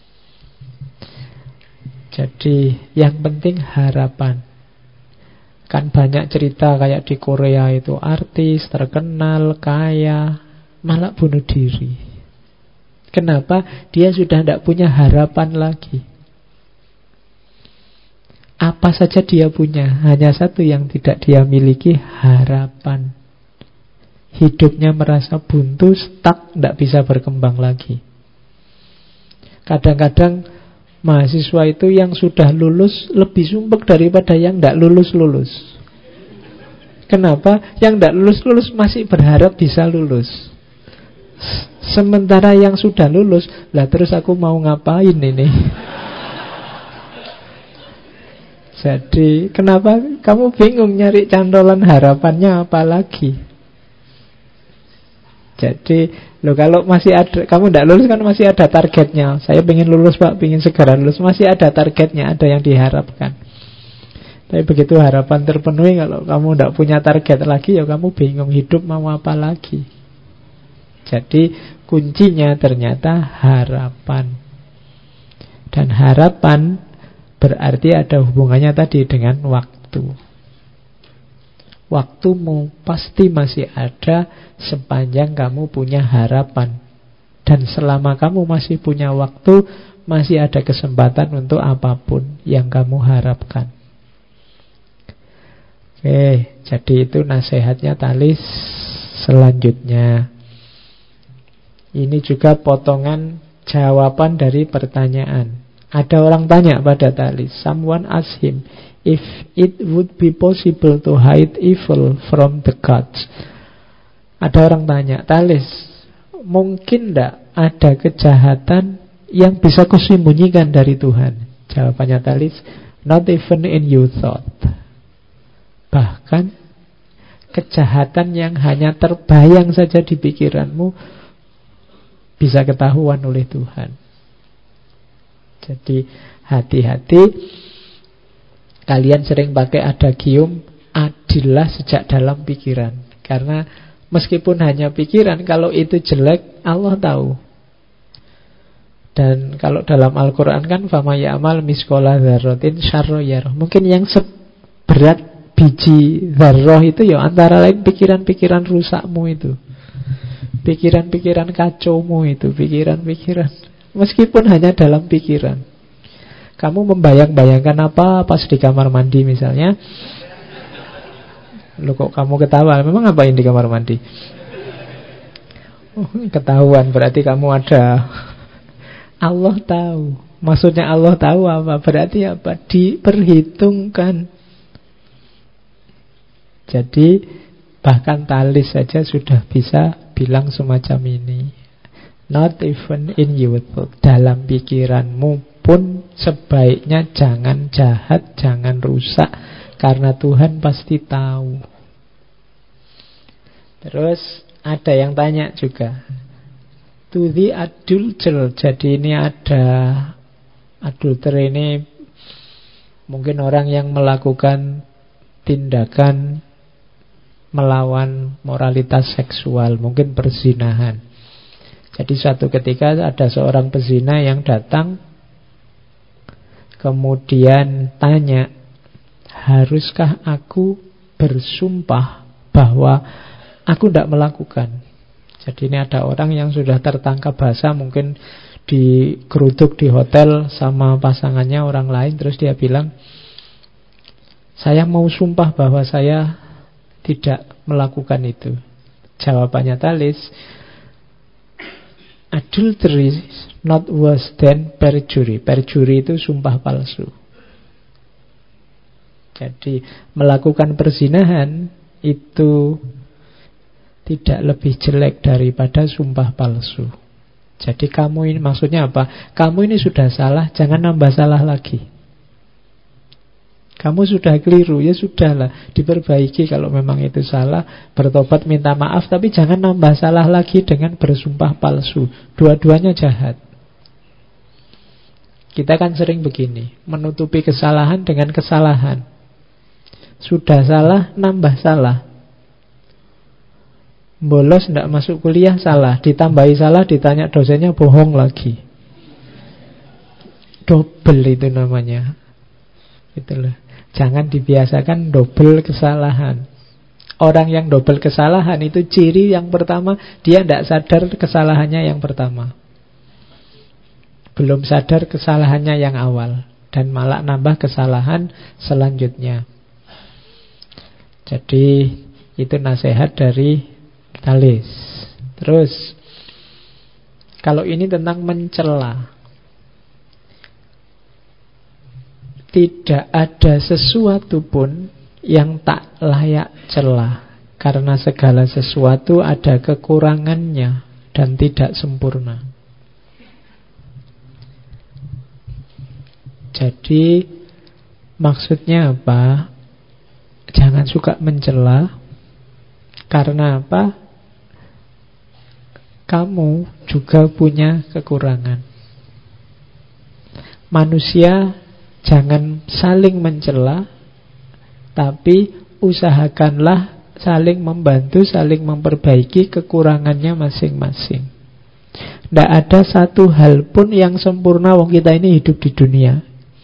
Jadi yang penting harapan. Kan banyak cerita kayak di Korea itu, artis terkenal, kaya, malah bunuh diri. Kenapa? Dia sudah tidak punya harapan lagi. Apa saja dia punya, hanya satu yang tidak dia miliki, harapan. Hidupnya merasa buntu, stuck, tidak bisa berkembang lagi. Kadang-kadang mahasiswa itu yang sudah lulus lebih sumpek daripada yang tidak lulus-lulus. Kenapa? Yang tidak lulus-lulus masih berharap bisa lulus. Sementara yang sudah lulus, lah terus aku mau ngapain ini? Jadi kenapa kamu bingung nyari cantolan harapannya apa lagi? Jadi kalau masih ada, kamu tidak lulus kan masih ada targetnya. Saya pengen lulus Pak, pengen segera lulus. Masih ada targetnya, ada yang diharapkan. Tapi begitu harapan terpenuhi, kalau kamu tidak punya target lagi, ya kamu bingung hidup mau apa lagi. Jadi kuncinya ternyata harapan. Dan harapan berarti ada hubungannya tadi dengan waktu. Waktumu pasti masih ada sepanjang kamu punya harapan. Dan selama kamu masih punya waktu, masih ada kesempatan untuk apapun yang kamu harapkan. Oke, jadi itu nasihatnya Talis. Selanjutnya, ini juga potongan jawaban dari pertanyaan. Ada orang tanya pada Talis, someone asked him if it would be possible to hide evil from the gods. Ada orang tanya, Talis, mungkin tidak ada kejahatan yang bisa kau sembunyikan dari Tuhan? Jawabannya Talis, not even in your thought. Bahkan kejahatan yang hanya terbayang saja di pikiranmu bisa ketahuan oleh Tuhan. Jadi hati-hati. Kalian sering pakai adagium, adillah sejak dalam pikiran. Karena meskipun hanya pikiran, kalau itu jelek, Allah tahu. Dan kalau dalam Al-Quran kan fama ya'mal miskola dzarratin syarra yarah. Mungkin yang seberat biji dzarrah itu ya antara lain pikiran-pikiran rusakmu itu, pikiran-pikiran kacaumu itu, pikiran-pikiran, meskipun hanya dalam pikiran. Kamu membayang-bayangkan apa pas di kamar mandi misalnya. Loh kok kamu ketawa? Memang ngapain di kamar mandi? Oh, ketahuan berarti kamu ada. Allah tahu. Maksudnya Allah tahu apa? Berarti apa? Diperhitungkan. Jadi bahkan Talis saja sudah bisa bilang semacam ini. Not even in your thought. Dalam pikiranmu pun sebaiknya jangan jahat, jangan rusak, karena Tuhan pasti tahu. Terus ada yang tanya juga, to the adulterer. Jadi ini ada adulterer, ini mungkin orang yang melakukan tindakan melawan moralitas seksual, mungkin perzinahan. Jadi suatu ketika ada seorang pezina yang datang, kemudian tanya, haruskah aku bersumpah bahwa aku tidak melakukan? Jadi ini ada orang yang sudah tertangkap basah, mungkin digeruduk di hotel sama pasangannya orang lain. Terus dia bilang, saya mau sumpah bahwa saya tidak melakukan itu. Jawabannya Talis, adultery is not worse than perjury. Perjury itu sumpah palsu. Jadi melakukan perzinahan itu tidak lebih jelek daripada sumpah palsu. Jadi kamu ini, maksudnya apa? Kamu ini sudah salah, jangan nambah salah lagi. Kamu sudah keliru, ya sudahlah, diperbaiki kalau memang itu salah, bertobat minta maaf, tapi jangan nambah salah lagi dengan bersumpah palsu. Dua-duanya jahat. Kita kan sering begini, menutupi kesalahan dengan kesalahan. Sudah salah, nambah salah. Bolos tidak masuk kuliah, salah. Ditambahi salah, ditanya dosennya, bohong lagi. Double itu namanya. Itulah. Jangan dibiasakan double kesalahan. Orang yang double kesalahan itu ciri yang pertama, dia tidak sadar kesalahannya yang pertama, belum sadar kesalahannya yang awal, dan malah nambah kesalahan selanjutnya. Jadi itu nasihat dari Talis. Terus kalau ini tentang mencela, tidak ada sesuatu pun yang tak layak celah, karena segala sesuatu ada kekurangannya dan tidak sempurna. Jadi maksudnya apa? Jangan suka mencela. Karena apa? Kamu juga punya kekurangan. Manusia jangan saling mencela, tapi usahakanlah saling membantu, saling memperbaiki kekurangannya masing-masing. Tidak ada satu hal pun yang sempurna. Wong kita ini hidup di dunia.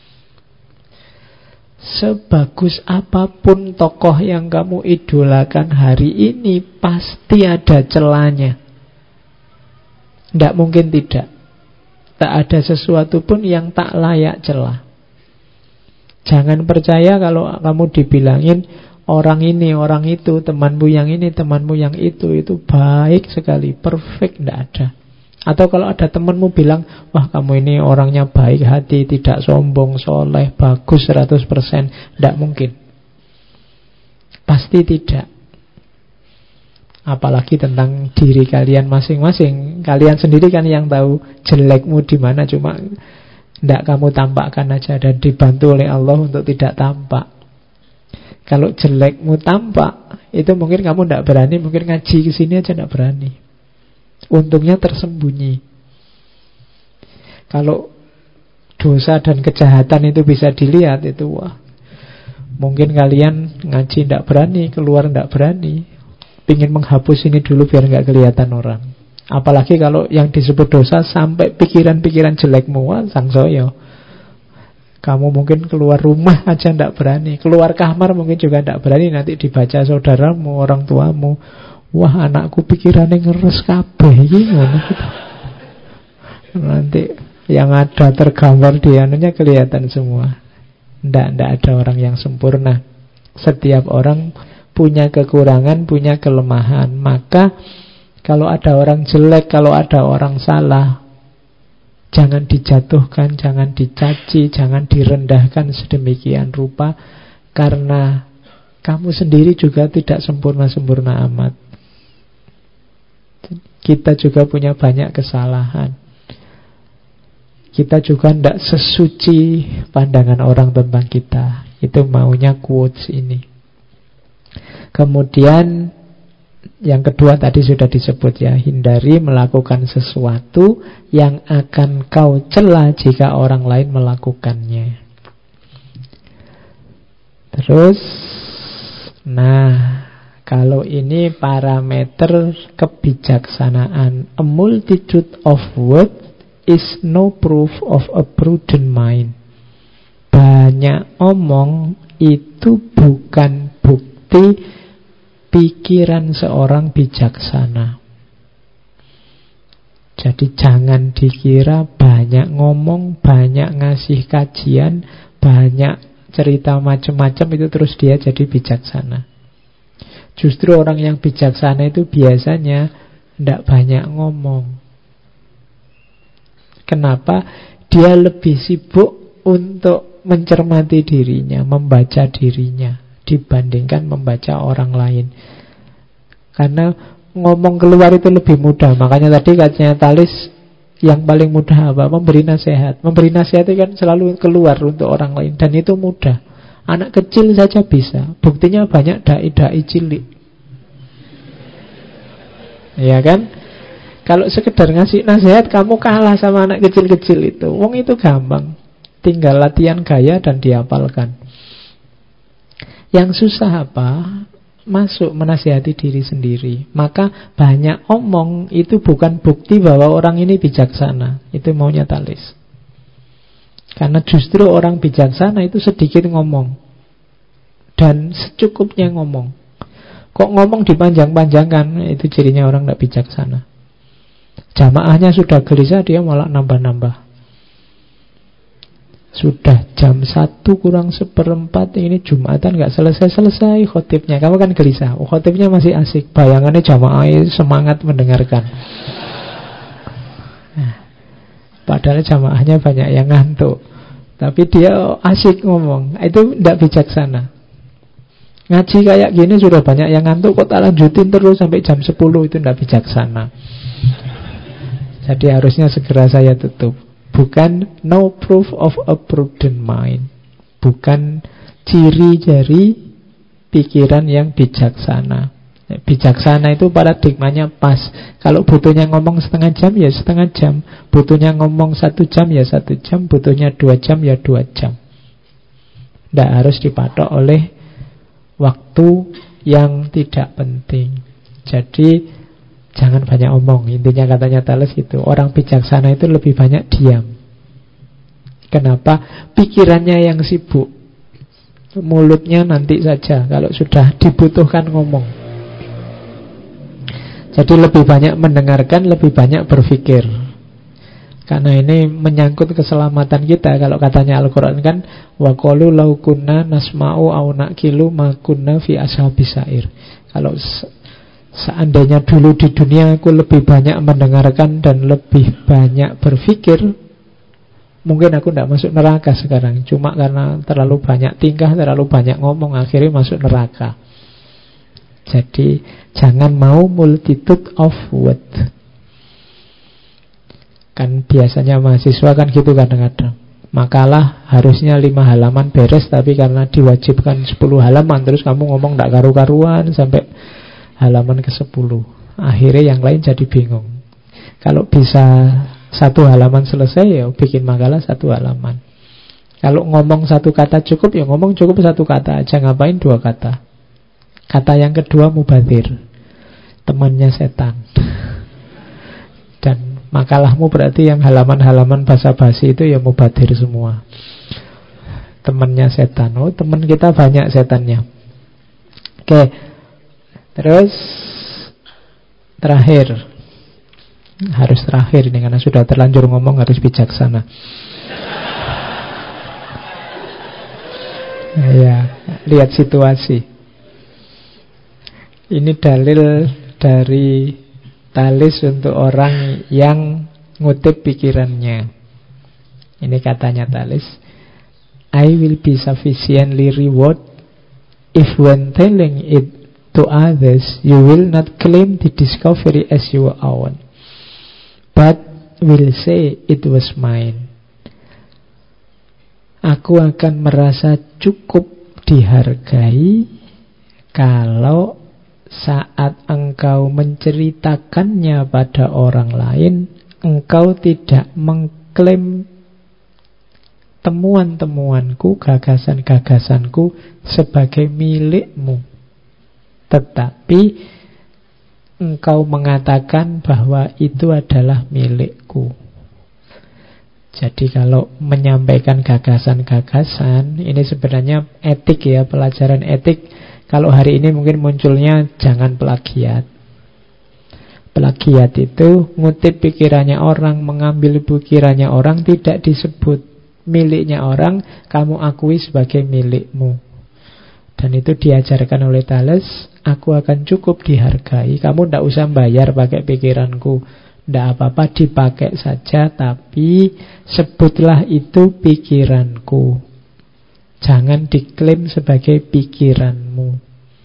Sebagus apapun tokoh yang kamu idolakan hari ini, pasti ada celahnya. Tidak mungkin tidak. Tak ada sesuatu pun yang tak layak celah. Jangan percaya kalau kamu dibilangin orang ini, orang itu, temanmu yang ini, temanmu yang itu baik sekali, perfect, tidak ada. Atau kalau ada temanmu bilang, wah kamu ini orangnya baik hati, tidak sombong, soleh, bagus 100%, tidak mungkin. Pasti tidak. Apalagi tentang diri kalian masing-masing. Kalian sendiri kan yang tahu jelekmu di mana, cuma tidak kamu tampakkan aja dan dibantu oleh Allah untuk tidak tampak. Kalau jelekmu tampak, itu mungkin kamu tidak berani, mungkin ngaji ke sini aja tidak berani. Untungnya tersembunyi. Kalau dosa dan kejahatan itu bisa dilihat, itu wah, mungkin kalian ngaji tidak berani, keluar tidak berani, pingin menghapus ini dulu biar nggak kelihatan orang. Apalagi kalau yang disebut dosa sampai pikiran-pikiran jelekmu, wah sangsoyo. Kamu mungkin keluar rumah aja tidak berani, keluar kamar mungkin juga tidak berani, nanti dibaca saudaramu, orang tuamu, wah anakku pikirannya ngeres kabeh gitu. Nanti yang ada tergambar di anunya kelihatan semua. Tidak ada orang yang sempurna. Setiap orang punya kekurangan, punya kelemahan. Maka kalau ada orang jelek, kalau ada orang salah, jangan dijatuhkan, jangan dicaci, jangan direndahkan sedemikian rupa, karena kamu sendiri juga tidak sempurna-sempurna amat. Kita juga punya banyak kesalahan. Kita juga tidak sesuci pandangan orang tentang kita. Itu maunya quotes ini. Kemudian yang kedua tadi sudah disebut ya, hindari melakukan sesuatu yang akan kau cela jika orang lain melakukannya. Terus, nah, kalau ini parameter kebijaksanaan. A multitude of words is no proof of a prudent mind. Banyak omong itu bukan bukti pikiran seorang bijaksana. Jadi jangan dikira banyak ngomong, banyak ngasih kajian, banyak cerita macam-macam itu terus dia jadi bijaksana. Justru orang yang bijaksana itu biasanya tidak banyak ngomong. Kenapa? Dia lebih sibuk untuk mencermati dirinya, membaca dirinya, dibandingkan membaca orang lain. Karena ngomong keluar itu lebih mudah. Makanya tadi katanya Talis, yang paling mudah apa? Memberi nasihat. Memberi nasihat itu kan selalu keluar untuk orang lain, dan itu mudah. Anak kecil saja bisa. Buktinya banyak dai-dai cilik. Ya kan? Kalau sekedar ngasih nasihat kamu kalah sama anak kecil-kecil itu. Wong itu gampang. Tinggal latihan gaya dan dihafalkan. Yang susah apa? Masuk menasihati diri sendiri. Maka banyak omong itu bukan bukti bahwa orang ini bijaksana. Itu maunya Talis. Karena justru orang bijaksana itu sedikit ngomong. dan secukupnya ngomong. Kok ngomong dipanjang-panjangkan, itu cirinya orang tidak bijaksana. Jamaahnya sudah gelisah, dia malah nambah-nambah. Sudah jam 1 kurang 1/4, ini Jumatan gak selesai-selesai khotibnya. Kamu kan gelisah, khotibnya masih asik, bayangannya jamaah semangat mendengarkan. Padahal jamaahnya banyak yang ngantuk, tapi dia asik ngomong. Itu tidak bijaksana. Ngaji kayak gini sudah banyak yang ngantuk, kok tak lanjutin terus sampai jam 10, itu tidak bijaksana. Jadi harusnya segera saya tutup. Bukan no proof of a prudent mind, bukan ciri dari pikiran yang bijaksana. Bijaksana itu paradigmanya pas. Kalau butuhnya ngomong setengah jam, ya setengah jam. Butuhnya ngomong 1 jam, ya 1 jam. Butuhnya 2 jam, ya 2 jam. Tidak harus dipatok oleh waktu yang tidak penting. Jadi jangan banyak omong. Intinya katanya Thales itu, orang bijaksana itu lebih banyak diam. Kenapa? Pikirannya yang sibuk, mulutnya nanti saja kalau sudah dibutuhkan ngomong. Jadi lebih banyak mendengarkan, lebih banyak berpikir. Karena ini menyangkut keselamatan kita. Kalau katanya Al-Quran kan, wa qalu law kunna nasma'u aw naqilu ma kunna fi ashabis sa'ir. Kalau seandainya dulu di dunia aku lebih banyak mendengarkan dan lebih banyak berpikir, mungkin aku tidak masuk neraka sekarang. Cuma karena terlalu banyak tingkah, terlalu banyak ngomong, akhirnya masuk neraka. Jadi jangan mau multitude of word. Kan biasanya mahasiswa kan gitu kadang-kadang. Makalah harusnya 5 halaman beres, tapi karena diwajibkan 10 halaman, terus kamu ngomong tidak karu-karuan sampai halaman ke-10. Akhirnya yang lain jadi bingung. Kalau bisa 1 halaman selesai, ya bikin makalah 1 halaman. Kalau ngomong 1 kata cukup, ya ngomong cukup 1 kata aja. Ngapain 2 kata? Kata yang kedua mubadzir, temannya setan. Dan makalahmu berarti yang halaman-halaman basa-basi itu ya mubadzir semua, temannya setan. Oh, teman kita banyak setannya. Oke. Terus terakhir, harus terakhir ini karena sudah terlanjur ngomong, harus bijaksana. Ya, lihat situasi. Ini dalil dari Thales untuk orang yang ngutip pikirannya. Ini katanya Thales, I will be sufficiently reward if when telling it to others you will not claim the discovery as your own, but will say it was mine. Aku akan merasa cukup dihargai kalau saat engkau menceritakannya pada orang lain, engkau tidak mengklaim temuan-temuanku, gagasan-gagasanku sebagai milikmu, tetapi engkau mengatakan bahwa itu adalah milikku. Jadi kalau menyampaikan gagasan-gagasan, ini sebenarnya etik ya, pelajaran etik. Kalau hari ini mungkin munculnya jangan plagiat. Plagiat itu ngutip pikirannya orang, mengambil pikirannya orang, tidak disebut miliknya orang, kamu akui sebagai milikmu. Dan itu diajarkan oleh Thales, aku akan cukup dihargai, kamu tidak usah bayar pakai pikiranku, tidak apa-apa dipakai saja, tapi sebutlah itu pikiranku. Jangan diklaim sebagai pikiranmu.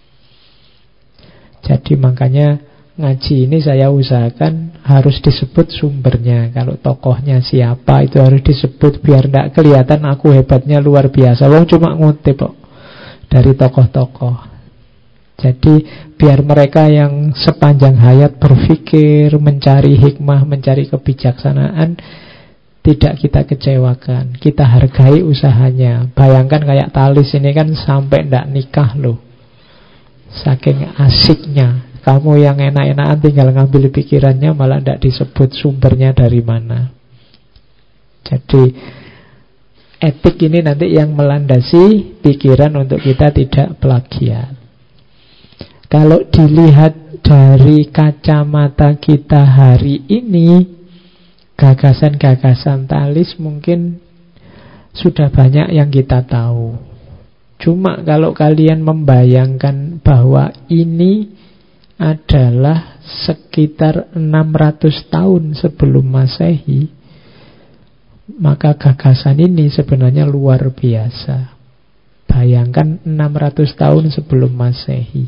Jadi makanya ngaji ini saya usahakan harus disebut sumbernya. Kalau tokohnya siapa itu harus disebut, biar tidak kelihatan aku hebatnya luar biasa. Wong cuma ngutip kok dari tokoh-tokoh. Jadi biar mereka yang sepanjang hayat berpikir, mencari hikmah, mencari kebijaksanaan, tidak kita kecewakan, kita hargai usahanya. Bayangkan kayak Thales ini kan sampai tidak nikah loh, saking asiknya. Kamu yang enak-enakan tinggal ngambil pikirannya, malah tidak disebut sumbernya dari mana. Jadi etik ini nanti yang melandasi pikiran untuk kita tidak plagiat. Kalau dilihat dari kacamata kita hari ini, gagasan-gagasan Talis mungkin sudah banyak yang kita tahu. Cuma kalau kalian membayangkan bahwa ini adalah sekitar 600 tahun sebelum Masehi, maka gagasan ini sebenarnya luar biasa. Bayangkan 600 tahun sebelum Masehi.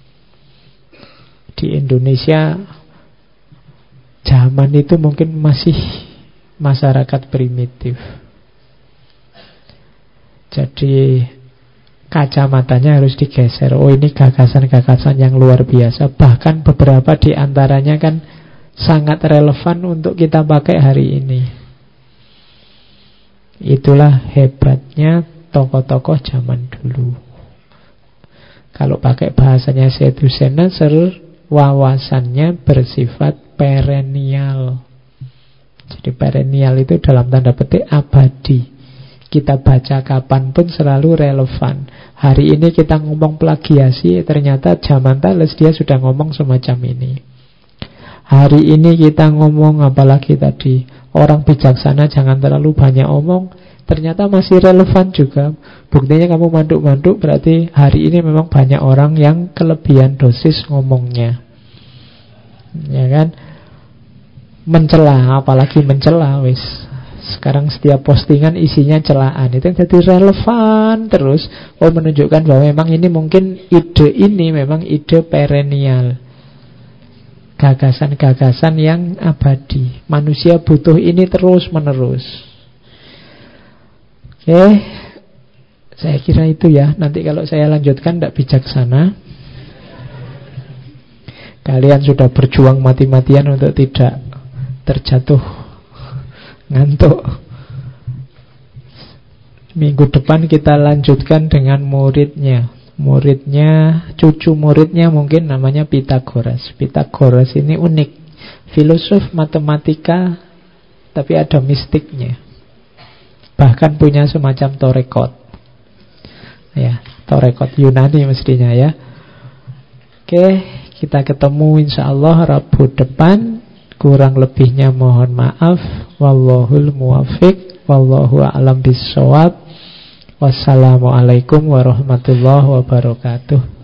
Di Indonesia zaman itu mungkin masih masyarakat primitif. Jadi kacamatanya harus digeser. Oh, ini gagasan-gagasan yang luar biasa. Bahkan beberapa di antaranya kan sangat relevan untuk kita pakai hari ini. Itulah hebatnya tokoh-tokoh zaman dulu. Kalau pakai bahasanya Syed Hussein Nasr, wawasannya bersifat perennial. Jadi perennial itu dalam tanda petik abadi. Kita baca kapanpun selalu relevan. Hari ini kita ngomong plagiasi, ternyata zaman Thales dia sudah ngomong semacam ini. Hari ini kita ngomong apalagi tadi, orang bijaksana jangan terlalu banyak omong, ternyata masih relevan juga. Buktinya kamu manduk-manduk, berarti hari ini memang banyak orang yang kelebihan dosis ngomongnya. Ya kan? Mencela, apalagi mencela, wis. Sekarang setiap postingan isinya celaan. Itu jadi relevan terus. Oh, menunjukkan bahwa memang ini mungkin ide ini memang ide perennial. Gagasan-gagasan yang abadi. Manusia butuh ini terus-menerus. Oke, saya kira itu ya. Nanti kalau saya lanjutkan tidak bijaksana. Kalian sudah berjuang mati-matian untuk tidak terjatuh ngantuk. Minggu depan kita lanjutkan dengan muridnya. Cucu muridnya mungkin namanya Pythagoras. Pythagoras ini unik, filosof matematika, tapi ada mistiknya. Bahkan punya semacam torekot. Ya, torekot Yunani mestinya ya. Oke, kita ketemu insyaallah Rabu depan. Kurang lebihnya mohon maaf. Wallahul muwaffiq, wallahu a'lam bissawab. Wassalamualaikum warahmatullahi wabarakatuh.